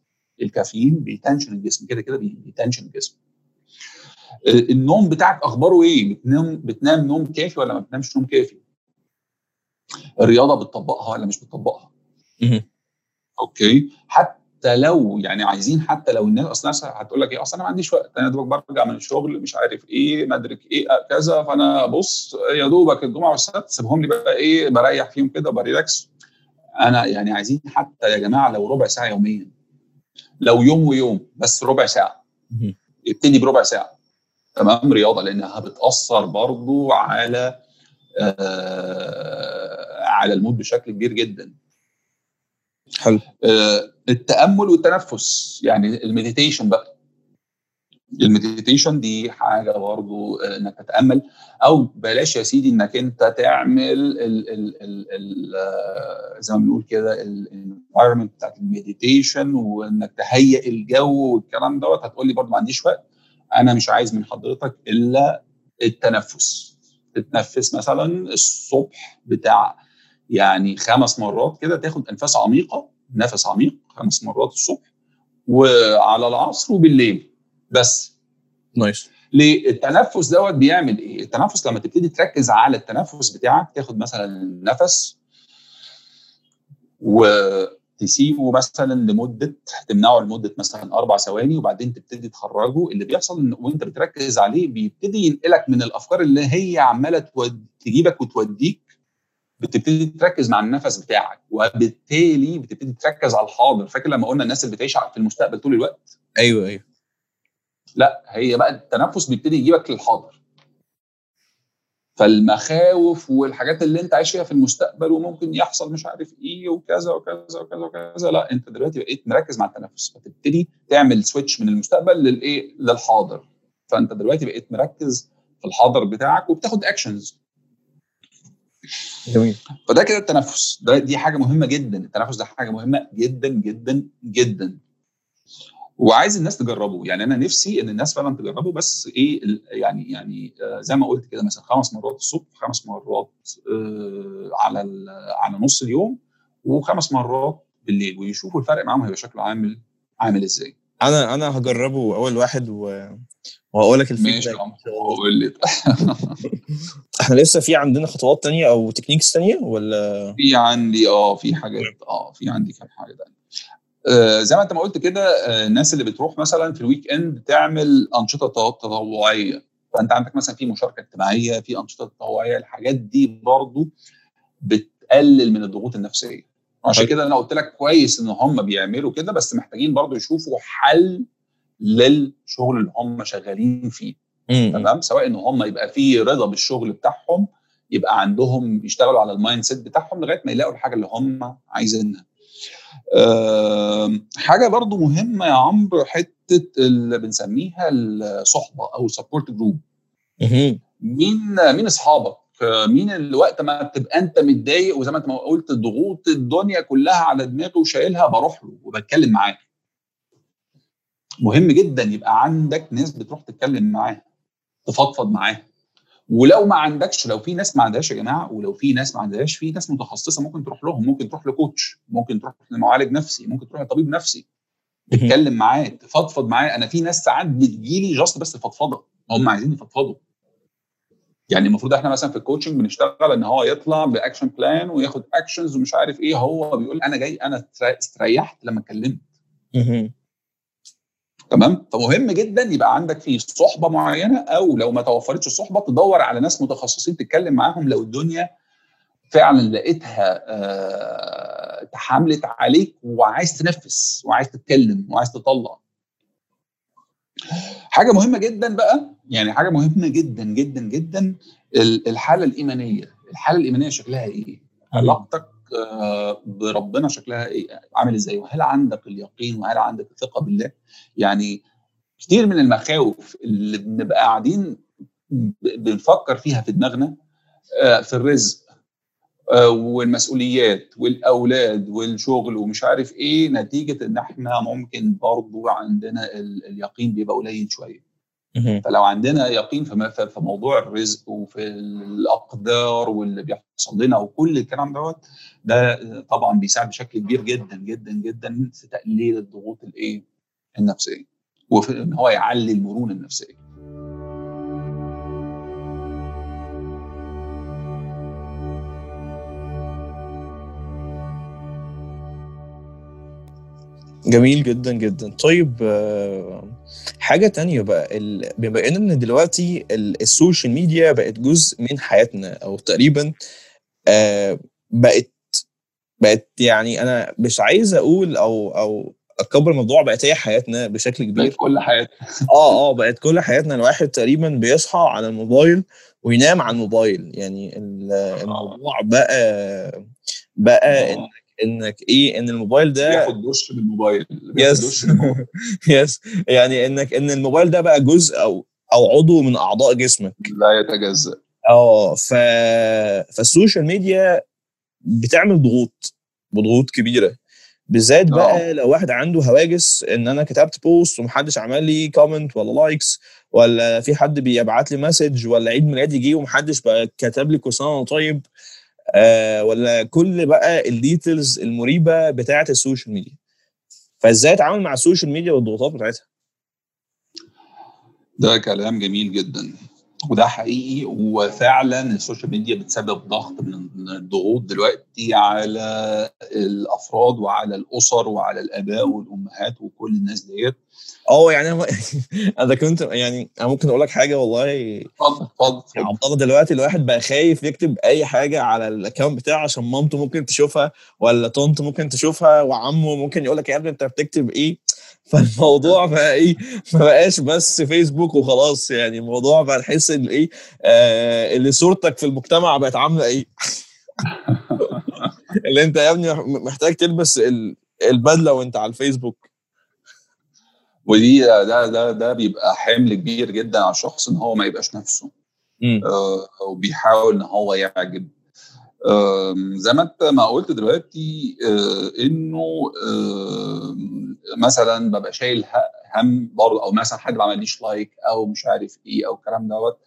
الجسم، كده بيتنشن الجسم. النوم بتاعك اخباره ايه؟ بتنام نوم كافي ولا ما بتنامش نوم كافي؟ الرياضه بتطبقها ولا مش بتطبقها؟ اوكي. حتى لو يعني عايزين، حتى لو الناس اصلا هتقول لك ايه، اصلا انا ما عنديش وقت، انا دوبك برجع من الشغل مش عارف ايه ما ادرك ايه كذا، فانا بص يا دوبك الجمعه والسبت سيبهم لي بقى ايه، بريح فيهم كده بريلاكس. انا يعني عايزين حتى يا جماعه لو ربع ساعه يوميا، لو يوم ويوم بس ربع ساعه، ابتدي بربع ساعه. تمام، رياضه، لانها بتاثر برضو على على المود بشكل كبير جدا. حلو. التامل والتنفس، يعني المديتيشن بقى. المديتيشن دي حاجه برضو انك تتامل، او بلاش يا سيدي انك انت تعمل ال زي ما بنقول كده الانفايرمنت بتاعت المديتيشن، وانك تهيئ الجو والكلام دوت. هتقول لي برضو ما عنديش وقت. انا مش عايز من حضرتك الا التنفس. تتنفس مثلا الصبح بتاع يعني 5 مرات كده، تاخد نفس عميق 5 مرات الصبح وعلى العصر وبالليل بس. نايس. ليه التنفس دوت بيعمل ايه؟ التنفس لما تبتدي تركز على التنفس بتاعك، تاخد مثلا نفس وتسيبه مثلا تمنعه لمده مثلا 4 ثواني، وبعدين تبتدي تخرجه. اللي بيحصل وانت بتركز عليه بيبتدي ينقلك من الافكار اللي هي عماله تجيبك وتوديك، بتبتدي تركز مع النفس بتاعك، وبالتالي بتبتدي تركز على الحاضر. فاكر لما قلنا الناس اللي بتعيش في المستقبل طول الوقت؟ ايوه. لا، هي بقى التنفس بيبتدي يجيبك للحاضر. فالمخاوف والحاجات اللي انت عايش فيها في المستقبل وممكن يحصل مش عارف ايه وكذا وكذا وكذا وكذا، لا، انت دلوقتي بقيت مركز مع التنفس، فتبتدي تعمل سويتش من المستقبل للحاضر. فانت دلوقتي بقيت مركز في الحاضر بتاعك وبتاخد اكشنز. جميل. فده كده التنفس، دي حاجه مهمه جدا. التنفس ده حاجه مهمه جدا جدا جدا، وعايز الناس تجربه. يعني انا نفسي ان الناس فعلا تجربه، بس ايه يعني زي ما قلت كده، مثلا 5 مرات الصبح، 5 مرات على نص اليوم، و5 مرات بالليل، ويشوفوا الفرق معاهم هيبقى شكله عامل ازاي. انا هجربه اول واحد وهقول لك الفيدباك. قول لي. احنا لسه في عندنا خطوات تانية او تكنيكس تانية ولا؟ في عندي في حاجات في عندي كام حاجه تانية. زي ما انت ما قلت كده، الناس اللي بتروح مثلا في الويك اند تعمل انشطه تطوعيه، فانت عندك مثلا في مشاركه اجتماعيه، في انشطه تطوعيه. الحاجات دي برضو بتقلل من الضغوط النفسيه. عشان كده انا قلت لك كويس ان هم بيعملوا كده، بس محتاجين برضو يشوفوا حل للشغل اللي هم شغالين فيه. تمام، سواء ان هم يبقى فيه رضا بالشغل بتاعهم، يبقى عندهم يشتغلوا على المايند سيت بتاعهم لغايه ما يلاقوا الحاجه اللي هم عايزينها. حاجه برضو مهمه يا عمرو، حته اللي بنسميها الصحبه او سبورت جروب. مين اصحابك؟ مين اللي وقت ما بتبقى انت متضايق وزي ما انت ما قلت ضغوط الدنيا كلها على دماغه وشايلها، بروح له وبتكلم معاه. مهم جدا يبقى عندك ناس بتروح تتكلم معاها، تفضفض معاها. ولو ما عندكش، لو في ناس ما عندهاش يا جماعه، ولو في ناس ما عندهاش، في ناس متخصصه ممكن تروح لهم. ممكن تروح لكوتش، ممكن تروح لمعالج نفسي، ممكن تروح لطبيب نفسي تتكلم معاه، تفضفض معاه. انا في ناس ساعات بتجيلي جاست بس فضفضه، هم عايزين يفضفضوا. يعني المفروض احنا مثلا في الكوتشنج بنشتغل ان هو يطلع باكشن بلان وياخد اكشنز ومش عارف ايه. هو بيقول انا جاي، انا استريحت لما اتكلمت. تمام. فمهم جدا يبقى عندك في صحبه معينه، او لو ما توفرتش الصحبه تدور على ناس متخصصين تتكلم معاهم لو الدنيا فعلا لقيتها تحملت عليك وعايز تنفس وعايز تتكلم وعايز تطلع. حاجه مهمه جدا بقى، يعني حاجه مهمه جدا جدا جدا، الحاله الايمانيه. الحاله الايمانيه شكلها ايه؟ علاقتك بربنا شكلها ايه؟ عامل ازاي؟ وهل عندك اليقين وهل عندك الثقه بالله؟ يعني كتير من المخاوف اللي بنبقى قاعدين بنفكر فيها في دماغنا، في الرزق والمسؤوليات والاولاد والشغل ومش عارف ايه، نتيجه ان احنا ممكن برضو عندنا اليقين بيبقى قليل شويه. فلو عندنا يقين في موضوع الرزق وفي الاقدار واللي بيحصل لنا وكل الكلام دوت، ده طبعا بيساعد بشكل كبير جدا جدا جدا في تقليل الضغوط الايه النفسيه، وفي ان هو يعلي المرونه النفسيه. جميل جدا جدا. طيب حاجة تانية بقى، بما ان دلوقتي السوشيال ميديا بقت جزء من حياتنا، او تقريبا بقت يعني انا مش عايز اقول او اكبر الموضوع، بقت هي حياتنا بشكل كبير. بقت كل حياتنا. بقت كل حياتنا. الواحد تقريبا بيصحى على الموبايل وينام على الموبايل. يعني الموضوع بقى انك ايه، ان الموبايل ده بياخد دش بالموبايل، بياخد دش بالموبايل. يس. يعني ان الموبايل ده بقى جزء او عضو من اعضاء جسمك لا يتجزأ. فالسوشيال ميديا بتعمل ضغوط كبيره، بالذات بقى لو واحد عنده هواجس ان انا كتبت بوست ومحدش عمل لي كومنت ولا لايكس، ولا في حد بيبعت لي مسج، ولا عيد ميلادي جه ومحدش بقى كتب لي كل سنه وأنا طيب، ولا كل بقى الديتيلز المريبه بتاعه السوشيال ميديا. فازاي اتعامل مع السوشيال ميديا والضغوطات بتاعتها؟ ده كلام جميل جدا، وده حقيقي. وفعلا السوشيال ميديا بتسبب ضغط من الضغوط دلوقتي على الافراد وعلى الاسر وعلى الاباء والامهات وكل الناس ديت. يعني انا كنت يعني انا ممكن اقول لك حاجه والله. اتفضل. يا عبد الله، دلوقتي الواحد بقى خايف يكتب اي حاجه على الاكونت بتاعه عشان مامته ممكن تشوفها، ولا طنط ممكن تشوفها، وعمه ممكن يقول لك يا ابني انت بتكتب ايه. فالموضوع بقى ايه، ما بقاش بس فيسبوك وخلاص. يعني الموضوع بقى نحس ان ايه، اللي صورتك في المجتمع بقت عامله ايه. اللي انت يا ابني محتاج تلبس البدله وانت على الفيسبوك. ودي ده بيبقى حمل كبير جدا على الشخص ان هو ما يبقاش نفسه، وبيحاول ان هو يعجب. زي ما انت ما قلت دلوقتي، انه مثلا ببقى شايل هم برضه، او مثلا حد ما عمليش لايك او مش عارف ايه او الكلام دوت.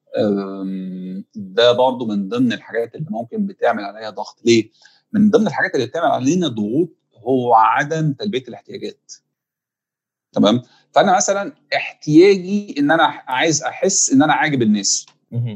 ده برضه من ضمن الحاجات اللي ممكن بتعمل عليها ضغط. ليه؟ من ضمن الحاجات اللي بتعمل علينا ضغوط هو عدم تلبيه الاحتياجات. تمام. فانا مثلا احتياجي ان انا عايز احس ان انا عاجب الناس،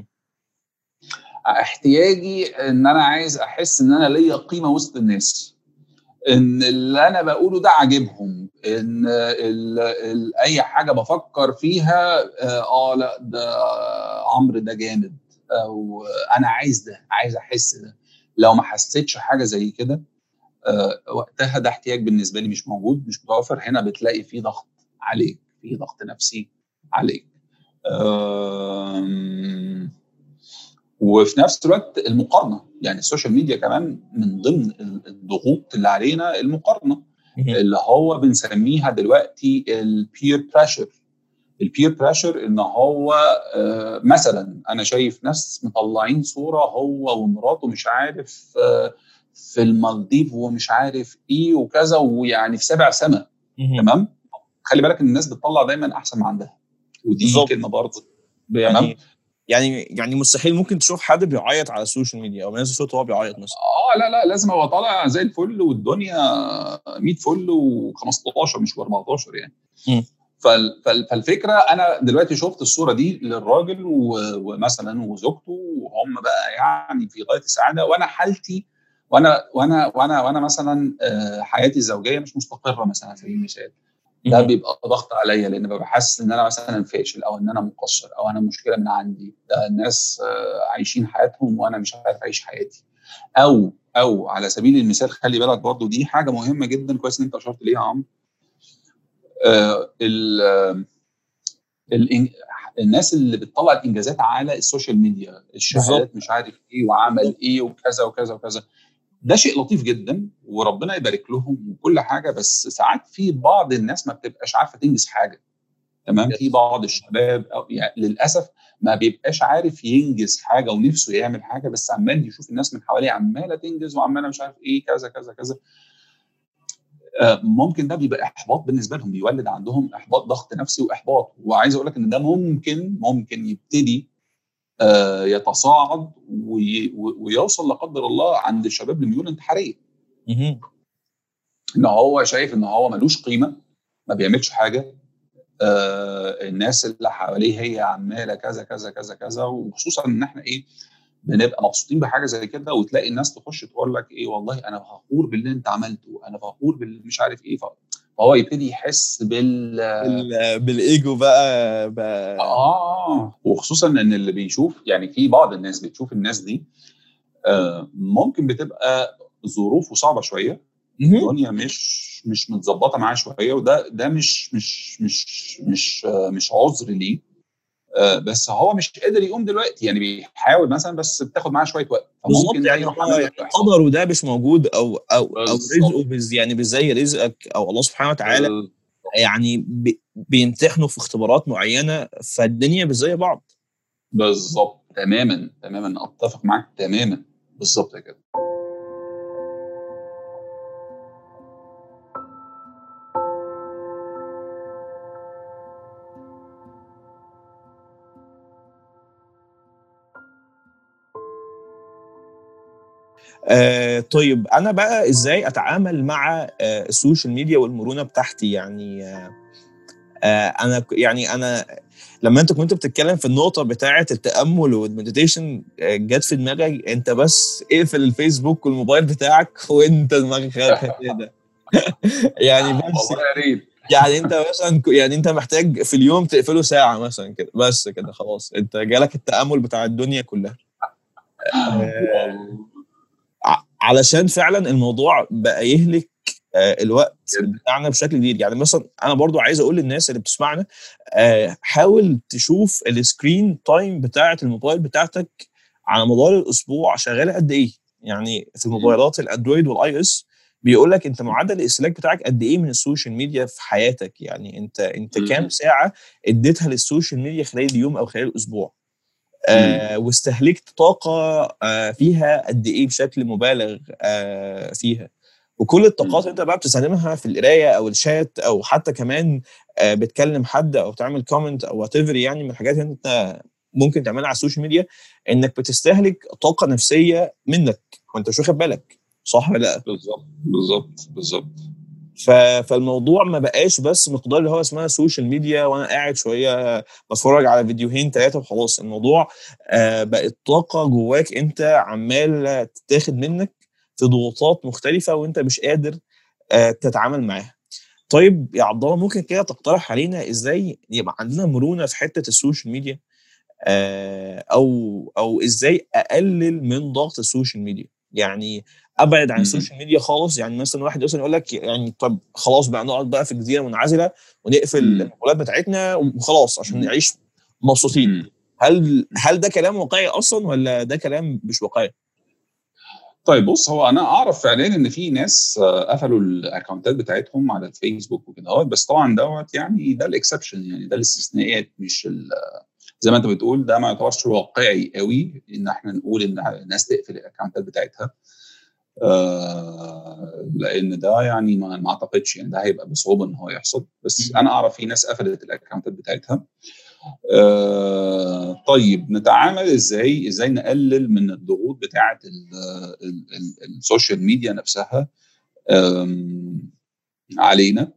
احتياجي ان انا عايز احس ان انا ليا قيمه وسط الناس، ان اللي انا بقوله ده عاجبهم، ان اي حاجه بفكر فيها لا ده عمرو ده جامد، او انا عايز احس ده. لو ما حسيتش حاجه زي كده وقتها ده احتياج بالنسبه لي مش موجود، مش متوفر. هنا بتلاقي فيه ضغط عليك، فيه ضغط نفسي عليك. وفي نفس الوقت المقارنه، يعني السوشيال ميديا كمان من ضمن الضغوط اللي علينا المقارنه، اللي هو بنسميها دلوقتي البير بريشر. البير بريشر ان هو مثلا انا شايف ناس مطلعين صوره هو ومراته مش عارف في المالديف ومش عارف ايه وكذا، ويعني في 7 سما. تمام. خلي بالك ان الناس بتطلع دايما احسن ما عندها، ودي بالظبط. كلمه برضه. تمام. يعني مستحيل ممكن تشوف حد بيعيط على السوشيال ميديا او منزل صوته وهو بيعيط مثلا. لا لازم هو طالع زي الفل والدنيا 100 فل و15 مش 14 يعني. فالفكره انا دلوقتي شفت الصوره دي للراجل ومثلا وزوجته وهم بقى يعني في غايه السعاده، وانا حالتي وانا مثلا حياتي الزوجيه مش مستقره مثلا على سبيل المثال. ده بيبقى ضغط عليا، لان ببقى حاسس ان انا مثلا فاشل او ان انا مقصر او انا مشكله من عندي، ده الناس عايشين حياتهم وانا مش عارف اعيش حياتي. او على سبيل المثال خلي بالك برضو دي حاجه مهمه جدا، كويس ان انت اشرت ليها يا عمرو. الناس اللي بتطلع الانجازات على السوشيال ميديا، الشهادات مش عارف ايه وعمل ايه وكذا وكذا وكذا، ده شيء لطيف جدا وربنا يبارك لهم وكل حاجه، بس ساعات في بعض الناس ما بتبقاش عارفه تنجز حاجه. تمام. في بعض الشباب أو يعني للاسف ما بيبقاش عارف ينجز حاجه ونفسه يعمل حاجه، بس عمال يشوف الناس من حواليه عماله تنجز وعماله مش عارف ايه كذا كذا كذا. ممكن ده بيبقى احباط بالنسبه لهم، بيولد عندهم احباط، ضغط نفسي واحباط. وعايز اقول لك ان ده ممكن يبتدي يتصاعد ويوصل لا قدر الله عند الشباب لميول انتحاريه. ان هو شايف ان هو ملوش قيمه، ما بيعملش حاجه، الناس اللي حواليه هي عماله كذا كذا كذا كذا. وخصوصا ان احنا بنبقى مبسوطين بحاجه زي كده، وتلاقي الناس تخش تقول لك والله انا فخور باللي انت عملته، انا فخور باللي مش عارف ايه. فهو يبتدي يحس بالايجو بقى. وخصوصا ان اللي بيشوف، يعني في بعض الناس بتشوف الناس دي ممكن بتبقى ظروفه صعبه شويه، الدنيا مش متظبطه معاه شويه، وده مش عذر ليه، بس هو مش قادر يقوم دلوقتي، يعني بيحاول مثلا بس بتاخد معاه شويه وقت، فممكن ده يروح عامل له قدره ده مش موجود او رزقه يعني مش زي رزقك او الله سبحانه وتعالى يعني بيمتحنوا في اختبارات معينه، فالدنيا مش زي بعض. بالظبط. تماما اتفق معاك تماما، بالظبط كده. طيب انا بقى ازاي اتعامل مع السوشيال ميديا والمرونه بتاعتي؟ يعني انا لما انت كنت بتتكلم في النقطه بتاعه التامل والمديتيشن جت في دماغي انت بس اقفل الفيسبوك والموبايل بتاعك وانت دماغك كده يعني بس يعني انت مثلا يعني انت محتاج في اليوم تقفله ساعه مثلا كده، بس كده خلاص انت جالك التامل بتاع الدنيا كلها. علشان فعلا الموضوع بقى يهلك الوقت بتاعنا بشكل كبير. يعني مثلا انا برضو عايز اقول للناس اللي بتسمعنا حاول تشوف السكرين تايم بتاعه الموبايل بتاعتك على مدار الاسبوع شغاله قد ايه. يعني في الموبايلات الاندرويد والاي اس بيقول لك انت معدل الاستهلاك بتاعك قد ايه من السوشيال ميديا في حياتك، يعني انت كام ساعه اديتها للسوشيال ميديا خلال اليوم او خلال الاسبوع، واستهلكت طاقه فيها قد ايه بشكل مبالغ فيها. وكل الطاقات اللي انت بقى بتستخدمها في القرايه او الشات او حتى كمان بتكلم حد او تعمل كومنت او وات ايفر، يعني من الحاجات اللي انت ممكن تعملها على السوشيال ميديا انك بتستهلك طاقه نفسيه منك وانت مش واخد بالك، صح ولا لا؟ بالظبط. فالموضوع ما بقاش بس مقدار اللي هو اسمها سوشيال ميديا وانا قاعد شويه بتفرج على فيديوهين 3 وخلاص. الموضوع بقت طاقه جواك انت عمال تتاخد منك في ضغوطات مختلفه وانت مش قادر تتعامل معاها. طيب يا عبد الله ممكن كده تقترح علينا ازاي يبقى عندنا مرونه في حته السوشيال ميديا، او ازاي اقلل من ضغط السوشيال ميديا؟ يعني ابعد عن السوشيال ميديا خالص. يعني مثلا واحد مثلا يقول لك يعني طب خلاص بقى نقعد بقى في جزيره منعزله ونقفل الموبايلات بتاعتنا وخلاص عشان نعيش مبسوطين. هل ده كلام واقعي اصلا ولا ده كلام مش واقعي؟ طيب بص، هو انا اعرف فعليا ان في ناس قفلوا الاكونتات بتاعتهم على الفيسبوك وكده، بس طبعا دوت يعني ده الاكسبشن، يعني ده الاستثناءات، مش زي ما انت بتقول ده ما يعتبرش واقعي قوي ان احنا نقول ان الناس تقفل الاكونتات بتاعتها. لان ده يعني ما اعتقدش يعني ده هيبقى بصعوبه ان هو يحصل، بس انا اعرف في ناس قفلت الاكونتات بتاعتها. طيب نتعامل ازاي نقلل من الضغوط بتاعه السوشيال ميديا نفسها علينا؟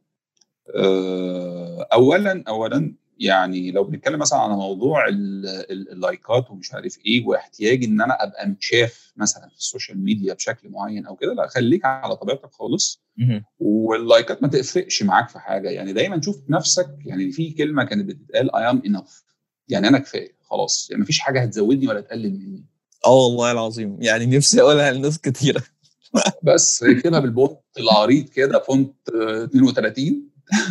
اولا يعني لو بنتكلم مثلا على موضوع اللايكات ومش عارف ايه واحتياج ان انا ابقى متشاف مثلا في السوشيال ميديا بشكل معين او كده، لا خليك على طبيعتك خالص. واللايكات ما تفرقش معاك في حاجه، يعني دايما شوف نفسك، يعني في كلمه كانت بتتقال I am enough، يعني انا كفايه خلاص، يعني مفيش حاجه هتزودني ولا تقلل مني. والله العظيم يعني نفسي اقولها لناس كتيره. بس اكتبها بالبونت العريض كده، فونت 32.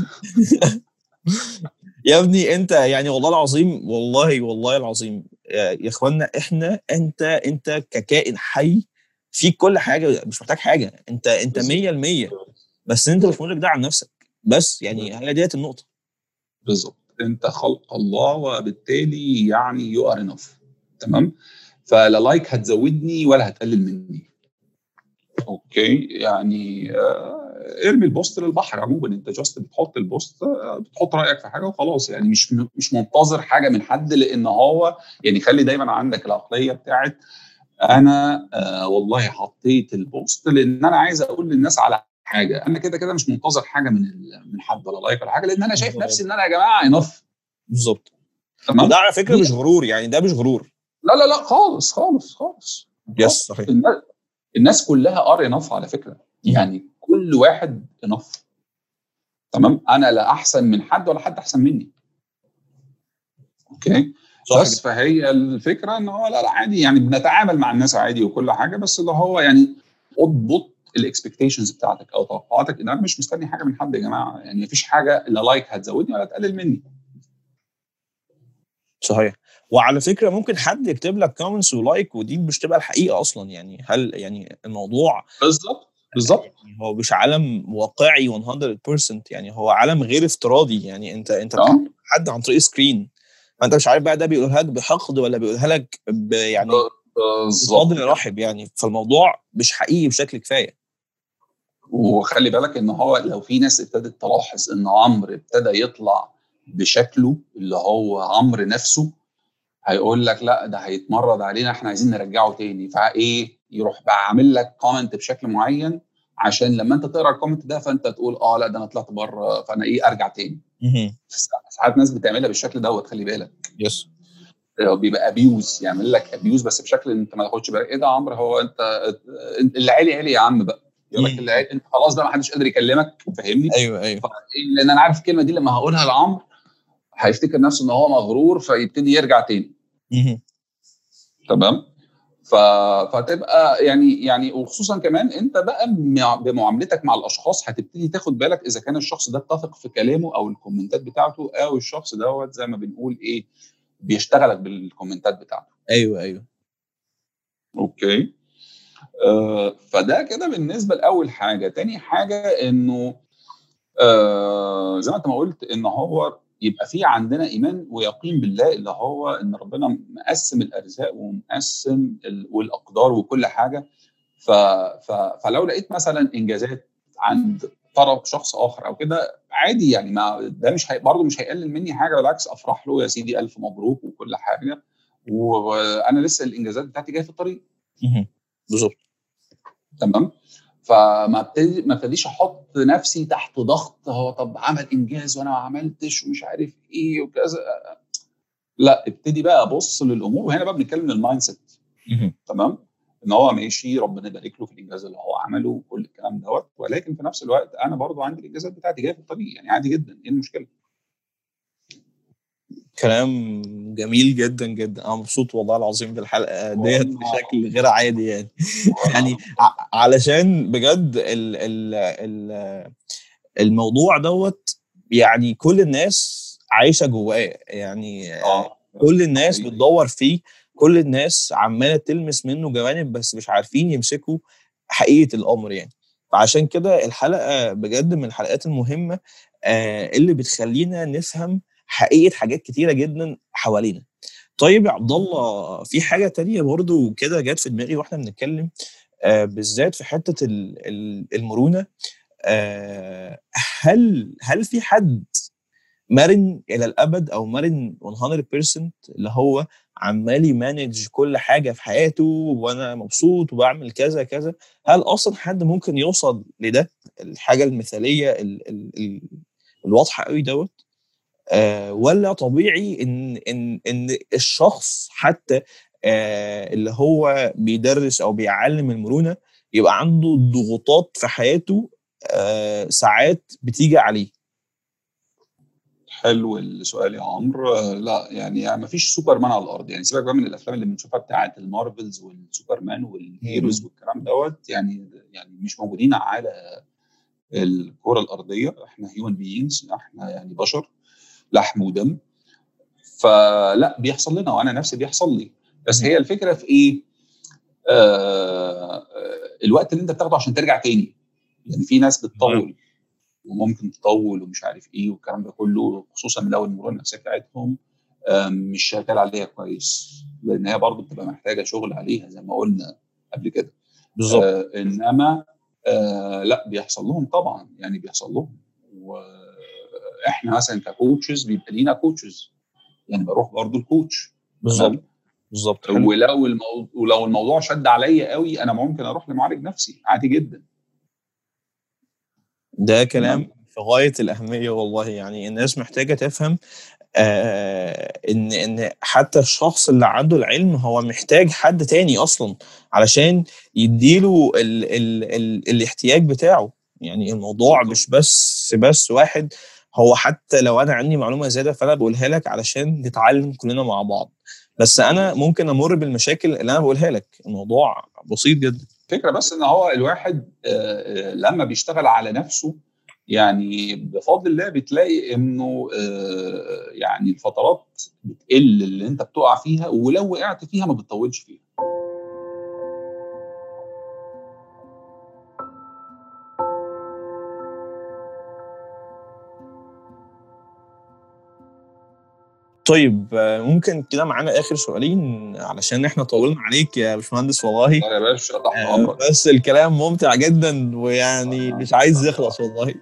يا ابني انت يعني والله العظيم، والله العظيم يا اخوانا، انت ككائن حي فيك كل حاجه، مش محتاج حاجه، انت 100%. بس انت مش مدرك ده عن نفسك، بس يعني هي ديت النقطه. بالظبط، انت خلق الله وبالتالي يعني يو ار انف. تمام، فلا لايك هتزودني ولا هتقلل مني. اوكي، يعني ارمي البوست للبحر عموما، انت جاست بتحط البوست، بتحط رايك في حاجه وخلاص، يعني مش منتظر حاجه من حد، لان هو يعني خلي دايما عندك العقليه بتاعت انا والله حطيت البوست لان انا عايز اقول للناس على حاجه، انا كده كده مش منتظر حاجه من حد ولا لايك ولا حاجه، لان انا شايف نفسي ان انا يا جماعه انف. بالظبط. تمام، وده على فكره مش غرور، يعني ده مش غرور. لا خالص خالص خالص. يس صحيح. الناس كلها ار انف على فكره، يعني كل واحد انف. تمام، انا لا احسن من حد ولا حد احسن مني. اوكي، بس فهي الفكره ان هو لا عادي، يعني بنتعامل مع الناس عادي وكل حاجه، بس اللي هو يعني اضبط الاكسبكتيشنز بتاعتك او توقعاتك، ان انا مش مستني حاجه من حد يا جماعه، يعني مفيش حاجه لا لايك هتزودني ولا تقلل مني. صحيح. وعلى فكره ممكن حد يكتب لك كومنتس ولايك ودي مش تبقى الحقيقه اصلا، يعني هل يعني الموضوع بالظبط يعني هو مش عالم واقعي 100%، يعني هو عالم غير افتراضي، يعني انت بتتكلم حد عن طريق سكرين، فانت مش عارف بقى ده بيقولها لك بحقد ولا بيقولها لك يعني بصدر رحب، يعني فالموضوع مش حقيقي بشكل كفايه. وخلي بالك ان هو لو في ناس ابتدت تلاحظ ان عمرو ابتدى يطلع بشكله اللي هو عمرو نفسه، هيقول لك لا ده هيتمرد علينا، احنا عايزين نرجعه تاني، فايه يروح بقى عامل لك كومنت بشكل معين، عشان لما انت تقرا الكومنت ده فانت تقول لا ده انا طلعت بره، فانا ارجع تاني. ساعات ناس بتعملها بالشكل دوت، خلي بالك. يس. بيبقى ابيوز، يعمل لك ابيوز بس بشكل انت ما تاخدش بالك، ايه ده يا عمرو، هو انت اللي عالي يا عم بقى، يقول لك اللي عالي انت خلاص بقى ما حدش قادر يكلمك، فاهمني؟ ايوه لان انا عارف الكلمه دي لما هقولها لعمرو هيفتكر نفسه ان هو مغرور فيبتدي يرجع تاني. تمام، فتبقى يعني وخصوصا كمان انت بقى بمعاملتك مع الاشخاص هتبتدي تاخد بالك اذا كان الشخص ده اتفق في كلامه او الكومنتات بتاعته، او الشخص دوت زي ما بنقول ايه بيشتغلك بالكومنتات بتاعته. ايوه اوكي، فده كده بالنسبه لاول حاجه. تاني حاجه انه زي ما انت ما قلت ان هو يبقى في عندنا ايمان ويقين بالله، اللي هو ان ربنا مقسم الارزاق ومقسم والاقدار وكل حاجه. فلو لقيت مثلا انجازات عند طرف شخص اخر او كده عادي، يعني ما ده مش برضه مش هيقلل مني حاجه، بالعكس افرح له يا سيدي الف مبروك وكل حاجه، وانا لسه الانجازات بتاعتي جايه في الطريق. بالظبط. تمام، فما ابتديش احط نفسي تحت ضغط، هو طب عمل انجاز وانا ما عملتش ومش عارف ايه وكذا، لا ابتدي بقى ابص للامور، وهنا بقى بنتكلم المايند سيت. تمام، ان هو ماشي ربنا يبارك له في الانجاز اللي هو عمله وكل الكلام دوت، ولكن في نفس الوقت انا برضو عندي الانجازات بتاعتي جايه في الطريق، يعني عادي جدا، ايه المشكله؟ كلام جميل جدا جدا، انا مبسوط والله العظيم بالحلقه ديت بشكل غير عادي يعني. يعني علشان بجد الموضوع دوت، يعني كل الناس عايشه جواه، يعني كل الناس بتدور فيه، كل الناس عماله تلمس منه جوانب بس مش عارفين يمسكوا حقيقه الامر يعني. فعشان كده الحلقه بجد من الحلقات المهمه اللي بتخلينا نفهم حقيقه حاجات كتيره جدا حوالينا. طيب يا عبد الله، في حاجه تانية برضو كده جت في دماغي واحنا بنتكلم، بالذات في حته المرونه. هل في حد مرن الى الابد او مرن 100% اللي هو عمال يمانج كل حاجه في حياته وانا مبسوط وبعمل كذا كذا؟ هل اصلا حد ممكن يوصل لده، الحاجه المثاليه الواضحه قوي دوت؟ ولا طبيعي ان الشخص حتى اللي هو بيدرس او بيعلم المرونه يبقى عنده ضغوطات في حياته ساعات بتيجي عليه؟ حلو السؤال يا عمرو. لا يعني ما فيش سوبرمان على الارض. يعني سيبك بقى من الافلام اللي بنشوفها بتاعه المارفلز والسوبرمان والهيروز والكلام دوت. يعني مش موجودين على الكره الارضيه. احنا هيومن بيينجز، احنا يعني بشر لحم ودم. فلا بيحصل لنا، وانا نفسي بيحصل لي. بس هي الفكره في ايه؟ الوقت اللي انت بتاخده عشان ترجع تاني. يعني في ناس بتطول وممكن تطول ومش عارف ايه والكلام ده كله، خصوصا لو المرونه النفسيه بتاعتهم مش شغال عليها كويس، لان هي برضه بتبقى محتاجه شغل عليها زي ما قلنا قبل كده. بالظبط. انما لا بيحصل لهم طبعا، يعني بيحصل لهم. واحنا مثلا ككوتشز بيبقى لينا كوتشز، يعني بروح برضه الكوتش. بالظبط. تمام. بالظبط. حلو. ولو الموضوع شد عليا قوي، انا ممكن اروح لمعالج نفسي عادي جدا. ده كلام تمام. في غاية الأهمية والله. يعني الناس محتاجة تفهم إن حتى الشخص اللي عنده العلم هو محتاج حد تاني أصلا علشان يديله الاحتياج بتاعه. يعني الموضوع بالظبط. مش بس واحد. هو حتى لو أنا عندي معلومة زيادة فأنا بقولها لك علشان نتعلم كلنا مع بعض، بس أنا بالظبط. ممكن أمر بالمشاكل اللي أنا بقولها لك. الموضوع بسيط جدا. فكرة بس ان هو الواحد لما بيشتغل على نفسه، يعني بفضل الله بتلاقي انه يعني الفترات بتقل اللي انت بتقع فيها، ولو وقعت فيها ما بتطولش فيها. طيب ممكن كده معانا آخر سؤالين علشان احنا طولنا عليك يا باشمهندس والله. والله يا باشا تحت امرك. بس الكلام ممتع جدا ويعني مش عايز يخلص والله.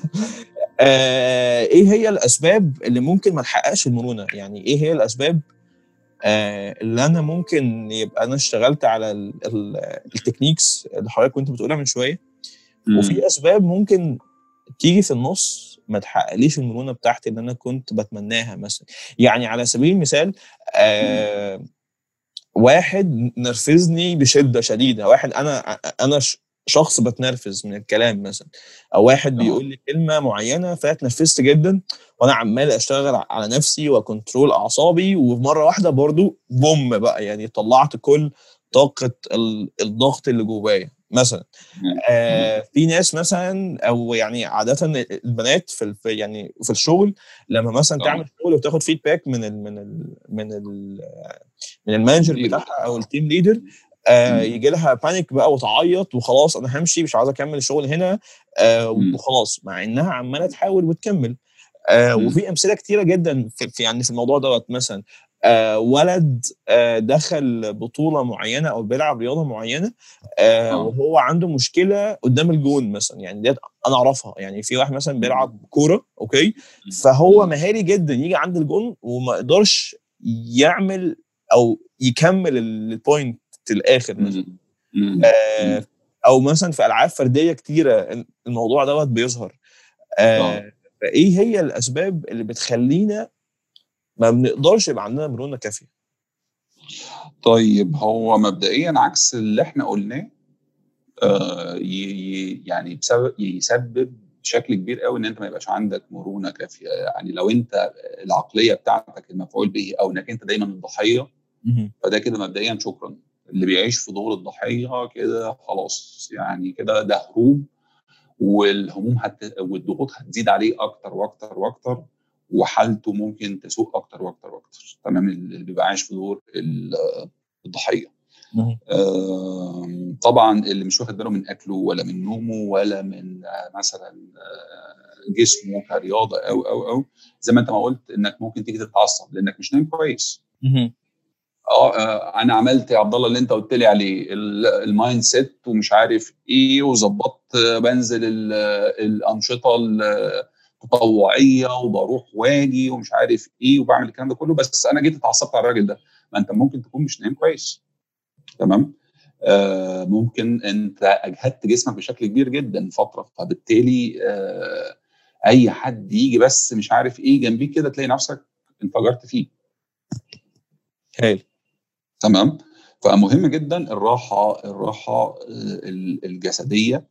ايه هي الأسباب اللي ممكن ما تحققش المرونة؟ يعني ايه هي الأسباب اللي انا ممكن يبقى انا اشتغلت على التكنيكس اللي حضرتك كنت بتقولها من شوية، وفي أسباب ممكن تيجي في النص ما تحققليش المرونه بتاعتي اللي انا كنت بتمناها مثلا. يعني على سبيل المثال واحد نرفزني بشده شديده، واحد انا شخص بتنرفز من الكلام مثلا، او واحد بيقول لي كلمه معينه فاتنرفزت جدا، وانا عمال اشتغل على نفسي وكنترول اعصابي، ومره واحده برضو بوم بقى يعني طلعت كل طاقه الضغط اللي جوايا مثلا. في ناس مثلا، او يعني عاده البنات يعني في الشغل لما مثلا تعمل شغل وتاخد فيدباك من المانجر بتاعها او التيم ليدر، يجي لها بانيك بقى وتعيط وخلاص انا همشي مش عايز اكمل الشغل هنا وخلاص، مع انها عماله تحاول وتكمل. وفي امثله كتيره جدا في يعني في الموضوع دوت. مثلا ولد دخل بطوله معينه او بيلعب رياضه معينه وهو عنده مشكله قدام الجون مثلا. يعني ديت انا اعرفها. يعني في واحد مثلا بيلعب كوره اوكي، فهو مهاري جدا يجي عند الجون وما يقدرش يعمل او يكمل البوينت الاخر مثلا. او مثلا في العاب فرديه كتيره الموضوع دوت بيظهر. فايه هي الاسباب اللي بتخلينا ما بنقدرش يبقى عندنا مرونه كافيه؟ طيب هو مبدئيا عكس اللي احنا قلناه، يعني يسبب بشكل كبير قوي ان انت ما يبقاش عندك مرونه كافيه. يعني لو انت العقليه بتاعتك المفعول به، او انك انت دايما الضحيه، فده كده مبدئيا شكرا. اللي بيعيش في دور الضحيه كده خلاص، يعني كده ده هروب، والهموم والضغوط هتزيد عليه اكتر واكتر واكتر، وحالته ممكن تسوء اكتر واكتر واكتر. تمام. اللي بيبقى عايش في دور الضحيه. طبعا اللي مش واخد باله من اكله ولا من نومه ولا من مثلا جسمه كرياضه او زي ما انت ما قلت، انك ممكن تيجي تتعصب لانك مش نايم كويس. انا عملت يا عبد الله اللي انت قلت لي عليه، المايند سيت ومش عارف ايه، وظبطت بنزل الانشطه التطوعيه وبروح واجي ومش عارف ايه وبعمل الكلام ده كله، بس انا جيت اتعصبت على الراجل ده. ما انت ممكن تكون مش نايم كويس. تمام. ممكن انت اجهدت جسمك بشكل كبير جدا فتره، فبالتالي اي حد يجي بس مش عارف ايه جنبيك كده تلاقي نفسك انفجرت فيه. هايل. تمام. فمهم جدا الراحه الجسديه،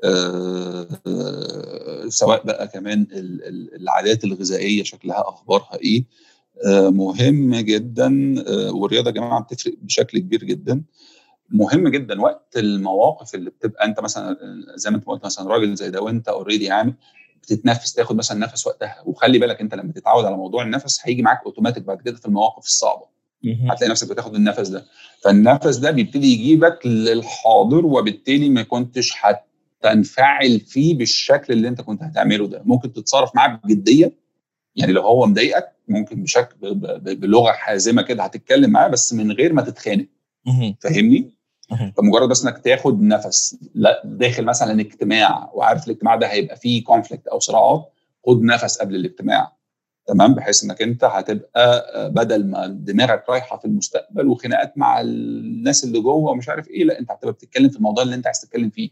سواء بقى كمان العادات الغذائيه شكلها اخبارها ايه. مهم جدا. والرياضه يا جماعه بتفرق بشكل كبير جدا. مهم جدا وقت المواقف اللي بتبقى انت مثلا زي ما انت قلت مثلا راجل زي ده وانت اوريدي عامل بتتنفس، تاخد مثلا نفس وقتها. وخلي بالك انت لما تتعود على موضوع النفس هيجي معاك اوتوماتيك بعد كده في المواقف الصعبه. هتلاقي نفسك بتاخد النفس ده، فالنفس ده بيبتدي يجيبك للحاضر، وبالتالي ما كنتش هتنفعل فيه بالشكل اللي انت كنت هتعمله ده. ممكن تتصرف معاه بجديه، يعني لو هو مضايقك ممكن بشكل بلغه حازمه كده هتتكلم معاه بس من غير ما تتخانق. فاهمني؟ فمجرد بس انك تاخد نفس، لا داخل مثلا اجتماع وعارف الاجتماع ده هيبقى فيه كونفليكت او صراعات، خد نفس قبل الاجتماع. تمام. بحيث انك انت هتبقى بدل ما دماغك رايحه في المستقبل وخناقات مع الناس اللي جوه ومش عارف ايه، لا انت هتبقى بتتكلم في الموضوع اللي انت عايز تتكلم فيه.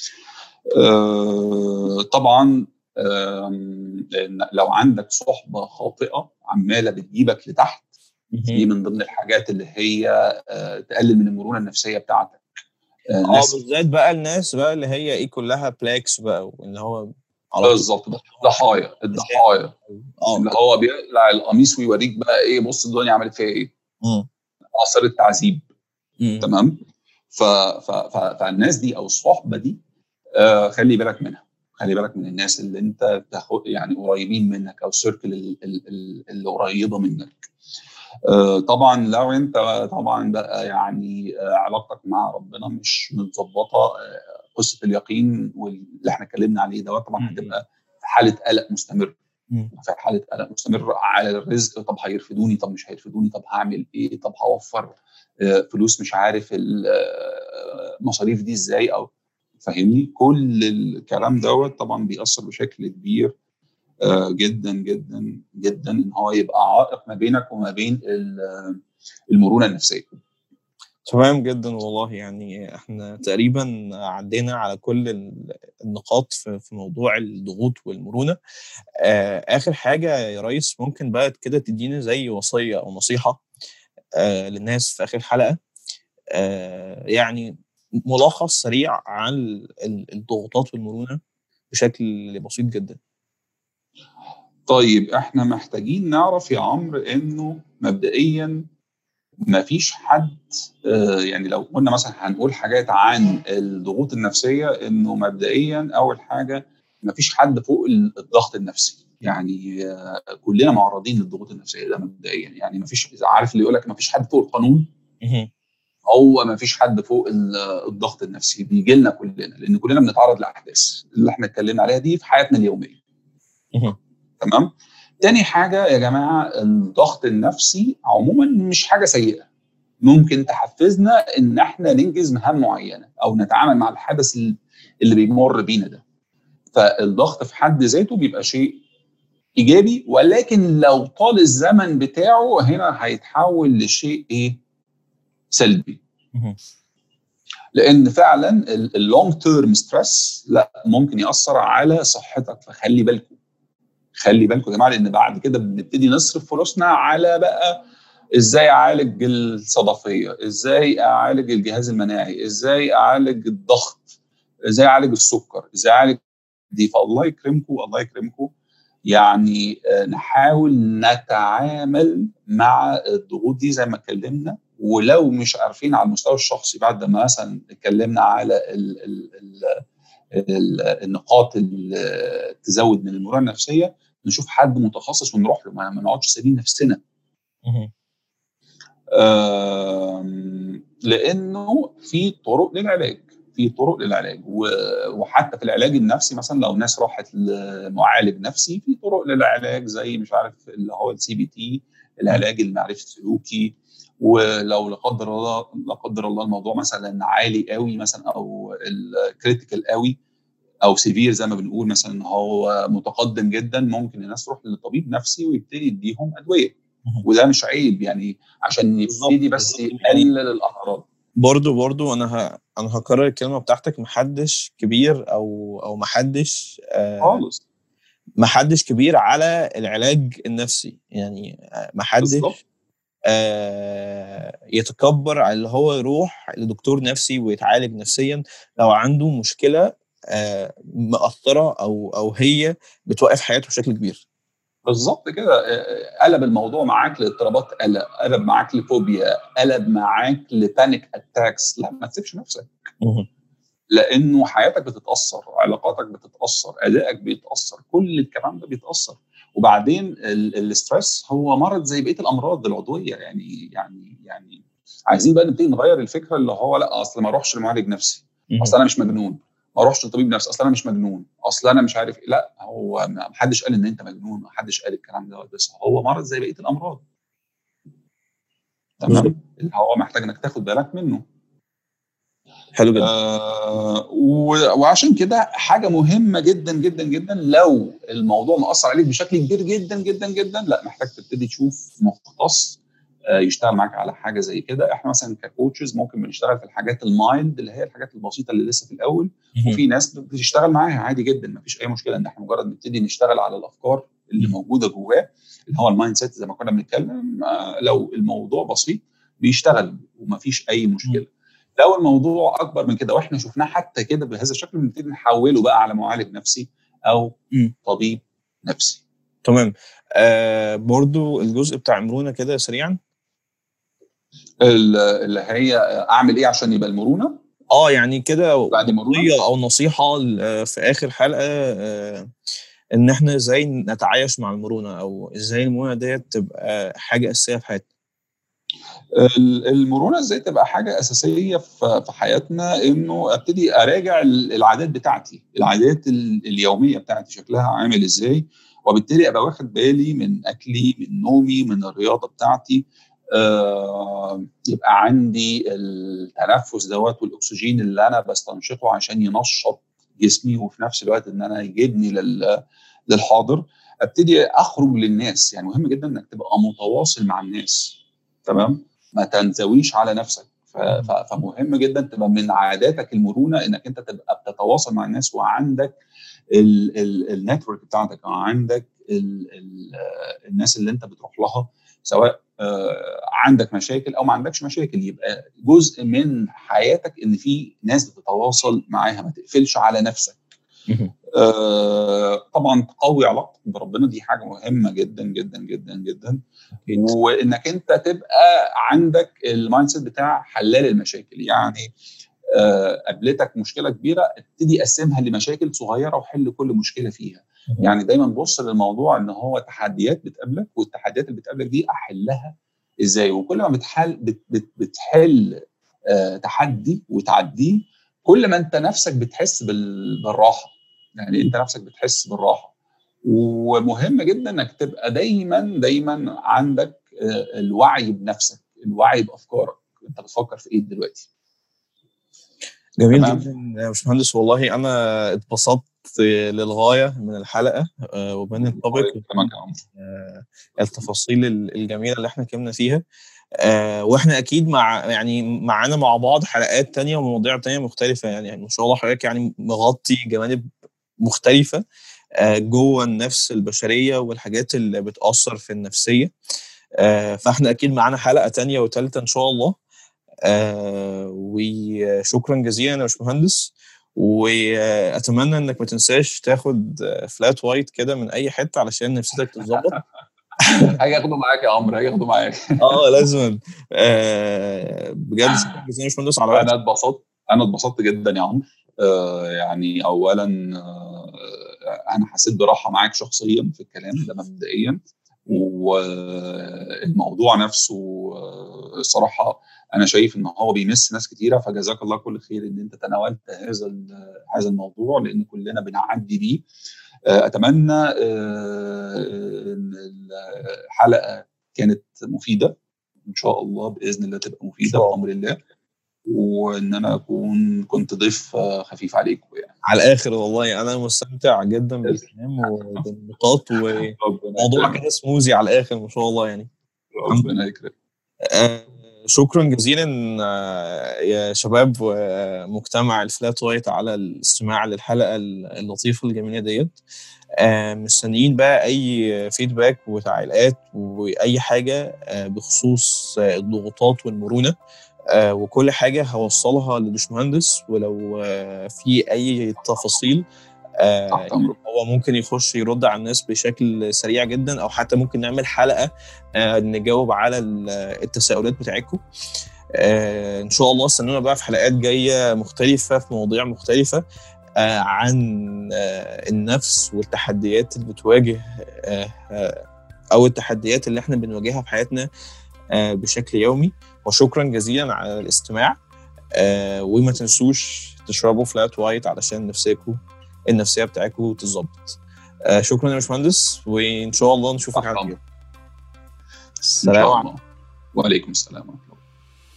طبعا لو عندك صحبه خاطئه عماله بتجيبك لتحت، دي من ضمن الحاجات اللي هي تقلل من المرونه النفسيه بتاعتك. بالذات بقى الناس بقى اللي هي ايه كلها بلاكس بقى، واللي هو بالظبط الضحايا اللي هو بيقلع القميص ويوريك بقى ايه، بص الدنيا عملت فيها ايه، اثر التعذيب. تمام. فالناس دي او الصحبه دي خلي بالك منها. خلي بالك من الناس اللي انت يعني قريبين منك او السيركل اللي قريبه منك. طبعا لو انت طبعا بقى يعني علاقتك مع ربنا مش متظبطه، قصه اليقين واللي احنا اتكلمنا عليه ده طبعا هتبقى في حاله قلق مستمر. في حاله قلق مستمر على الرزق. طب هيرفدوني، طب مش هيرفدوني، طب هعمل ايه، طب هوفر فلوس مش عارف المصاريف دي ازاي، او فاهمني. كل الكلام دوت طبعا بيأثر بشكل كبير جدا جدا جدا ان هو يبقى عائق ما بينك وما بين المرونه النفسيه. تمام جدا والله. يعني احنا تقريبا عدينا على كل النقاط في موضوع الضغوط والمرونه. اخر حاجه يا ريس، ممكن بقى كده تدينا زي وصيه او نصيحه للناس في اخر الحلقه، يعني ملخص سريع عن الضغوطات والمرونه بشكل بسيط جدا. طيب احنا محتاجين نعرف يا عمرو انه مبدئيا ما فيش حد يعني لو قلنا مثلا هنقول حاجات عن الضغوط النفسيه، انه مبدئيا اول حاجه ما فيش حد فوق الضغط النفسي. يعني كلنا معرضين للضغوط النفسيه ده مبدئيا. يعني ما فيش، عارف اللي يقول لك ما فيش حد فوق القانون، هو ما فيش حد فوق الضغط النفسي. بيجي لنا كلنا لان كلنا بنتعرض لاحداث اللي احنا اتكلمنا عليها دي في حياتنا اليوميه. تمام. تاني حاجه يا جماعه، الضغط النفسي عموما مش حاجه سيئه، ممكن تحفزنا ان احنا ننجز مهام معينه او نتعامل مع الحدث اللي بيمر بينا ده. فالضغط في حد ذاته بيبقى شيء ايجابي، ولكن لو طال الزمن بتاعه هنا هيتحول لشيء ايه، سلبي. لان فعلا اللونج تيرم ستريس لا ممكن ياثر على صحتك. فخلي بالكم، خلي بالكم يا جماعه، لان بعد كده بنبتدي نصرف فلوسنا على بقى ازاي اعالج الصدفيه، ازاي اعالج الجهاز المناعي، ازاي اعالج الضغط، ازاي اعالج السكر، ازاي اعالج دي. فالله يكرمكم، الله يكرمكم، يعني نحاول نتعامل مع الضغوط دي زي ما اتكلمنا. ولو مش عارفين على المستوى الشخصي بعد ما مثلا اتكلمنا على النقاط اللي تزود من المرونه النفسيه، نشوف حد متخصص ونروح له، ما نقعدش سايبين نفسنا. لانه في طرق للعلاج، وحتى في العلاج النفسي مثلا لو ناس راحت لمعالج نفسي، في طرق للعلاج زي مش عارف اللي هو السي بي تي، العلاج المعرفي السلوكي. ولو لا قدر الله الموضوع مثلا عالي قوي مثلا او الكريتيكال قوي او سيفير زي ما بنقول مثلا هو متقدم جدا، ممكن الناس تروح لطبيب نفسي ويبتدي يديهم ادويه. وده مش عيب يعني، عشان يبتدي بس يقلل الاعراض. برضو انا هكرر الكلمه بتاعتك، محدش كبير او محدش خالص، محدش كبير على العلاج النفسي يعني. محدش يتكبر على اللي هو يروح لدكتور نفسي ويتعالج نفسيا لو عنده مشكله مأثره او هي بتوقف حياته بشكل كبير. بالظبط كده. قلب الموضوع معاك لاضطرابات قلق، قلب معاك لفوبيا، قلب معاك لبانيك اتاكس، لا ما تسيبش نفسك. لانه حياتك بتتاثر، علاقاتك بتتاثر، ادائك بيتاثر، كل الكلام ده بيتاثر. وبعدين الاسترس هو مرض زي بقيه الامراض العضويه يعني عايزين بقى نبتدي نغير الفكره اللي هو لا اصل ما اروحش لمعالج نفسي، اصل انا مش مجنون، ما اروحش لطبيب نفسي، اصل انا مش مجنون، اصل انا مش عارف. لا، هو ما حدش قال ان انت مجنون، ما حدش قال الكلام ده، بس هو مرض زي بقيه الامراض. تمام، اللي هو محتاج انك تاخد بالك منه. حلو جدا. وعشان كده حاجه مهمه جدا جدا جدا، لو الموضوع مأثر عليك بشكل كبير جدا جدا جدا، لا محتاج تبتدي تشوف مختص يشتغل معاك على حاجه زي كده. احنا مثلا ككوتشز ممكن بنشتغل في الحاجات المايلد اللي هي الحاجات البسيطه اللي لسه في الاول، وفي ناس بتشتغل معاها عادي جدا، ما فيش اي مشكله ان احنا مجرد نبتدي نشتغل على الافكار اللي موجوده جواه، اللي هو المايند سيت زي ما كنا بنتكلم. لو الموضوع بسيط بيشتغل وما فيش اي مشكله. لو الموضوع اكبر من كده واحنا شفناه حتى كده بهذا الشكل، بنبتدي نحوله بقى على معالج نفسي او طبيب نفسي. تمام. برضو الجزء بتاع المرونه كده سريعا، اللي هي اعمل ايه عشان يبقى المرونه. يعني كده وصيه او نصيحه في اخر حلقه، ان احنا ازاي نتعايش مع المرونه، او ازاي المرونه ديت تبقى حاجه اساسيه في حياتنا. المرونه ازاي تبقى حاجه اساسيه في حياتنا، انه ابتدي اراجع العادات بتاعتي، العادات اليوميه بتاعتي شكلها عامل ازاي، وبالتالي ابقى واخد بالي من اكلي، من نومي، من الرياضه بتاعتي. يبقى عندي التنفس دوت والاكسجين اللي انا بستنشقه عشان ينشط جسمي، وفي نفس الوقت ان انا يجيبني للحاضر. ابتدي اخرج للناس، يعني مهم جدا انك تبقى متواصل مع الناس. تمام، ما تنزويش على نفسك. فمهم جدا تبقى من عاداتك المرونه انك انت تبقى بتتواصل مع الناس، وعندك النتورك بتاعتك، او عندك الناس اللي انت بتروح لها، سواء عندك مشاكل او ما عندكش مشاكل. يبقى جزء من حياتك ان في ناس بتتواصل معاها، ما تقفلش على نفسك. طبعا تقوي علاقتك بربنا، دي حاجه مهمه جدا جدا جدا جدا. وانك انت تبقى عندك المايند سيت بتاع حلال المشاكل، يعني قابلتك مشكله كبيره، ابتدي اقسمها لمشاكل صغيره وحل كل مشكله فيها. يعني دايما بص للموضوع ان هو تحديات بتقابلك، والتحديات اللي بتقابلك دي احلها ازاي. وكل ما بتحل تحدي وتعديه، كل ما انت نفسك بتحس بالراحه، يعني انت نفسك بتحس بالراحه. ومهم جدا انك تبقى دايما عندك الوعي بنفسك، الوعي بافكارك، انت بتفكر في ايه دلوقتي. جميل جدا يا باشمهندس، والله انا اتبسطت للغايه من الحلقه ومن التوبيك، التفاصيل الجميله اللي احنا اتكلمنا فيها. واحنا اكيد معانا مع بعض حلقات تانية ومواضيع تانية مختلفه، يعني ما شاء الله حضرتك يعني مغطي جوانب مختلفه جوه النفس البشريه والحاجات اللي بتاثر في النفسيه. فاحنا اكيد معانا حلقه تانية وثالثه ان شاء الله. وشكرا جزيلا يا باشمهندس، واتمنى انك ما تنساش تاخد فلات وايت كده من اي حته علشان نفسيتك تتظبط. هاجي اخده معاك يا عمرو، هاجي اخده معاك. لازم. بجد شكرا جزيلا يا باشمهندس على وقتك. انا اتبسطت جدا يا عمرو. يعني اولا انا حسيت براحه معاك شخصيا في الكلام ده مبدئيا، والموضوع نفسه صراحه انا شايف ان هو بيمس ناس كتيره، فجزاك الله كل خير ان انت تناولت هذا الموضوع، لان كلنا بنعدي بيه. اتمنى ان الحلقه كانت مفيده، ان شاء الله باذن الله تبقى مفيده بامر الله، وان انا كنت ضيف خفيف عليكم يعني. على الاخر والله انا مستمتع جدا بالكلام وبالنقاط، وموضوع كده سموزي على الاخر ما شاء الله يعني. ربنا يكرمك. شكرا جزيلا يا شباب ومجتمع الفلات وايت على الاستماع للحلقه اللطيفه الجميله ديت. مستنيين بقى اي فيدباك وتعليقات واي حاجه بخصوص الضغوطات والمرونه، وكل حاجه هوصلها للبشمهندس، ولو في اي تفاصيل هو ممكن يخش يرد على الناس بشكل سريع جدا، او حتى ممكن نعمل حلقه نجاوب على التساؤلات بتاعتكم. ان شاء الله استنونا بقى في حلقات جايه مختلفه في مواضيع مختلفه عن النفس والتحديات اللي بتواجه او التحديات اللي احنا بنواجهها في حياتنا بشكل يومي. وشكرا جزيلا على الاستماع، وما تنسوش تشربوا فلات وايت علشان النفسيه بتاعتكم تتظبط. شكرا يا باشمهندس، وان شاء الله نشوفك على خير. السلام عليكم. وعليكم السلام ورحمه الله.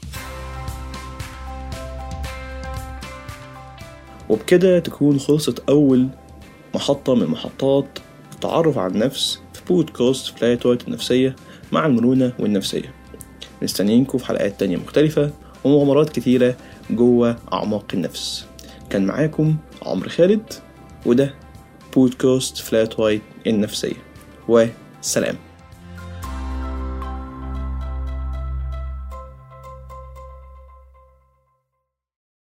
وبكده تكون خلصت أول محطة من محطات التعرف على النفس في بودكاست فلات وايت النفسية مع المرونة والنفسية. مستنيينكم في حلقات تانية مختلفة ومغامرات كتيرة جوه أعماق النفس. كان معاكم عمرو خالد، وده بودكاست فلات وايت النفسية، والسلام.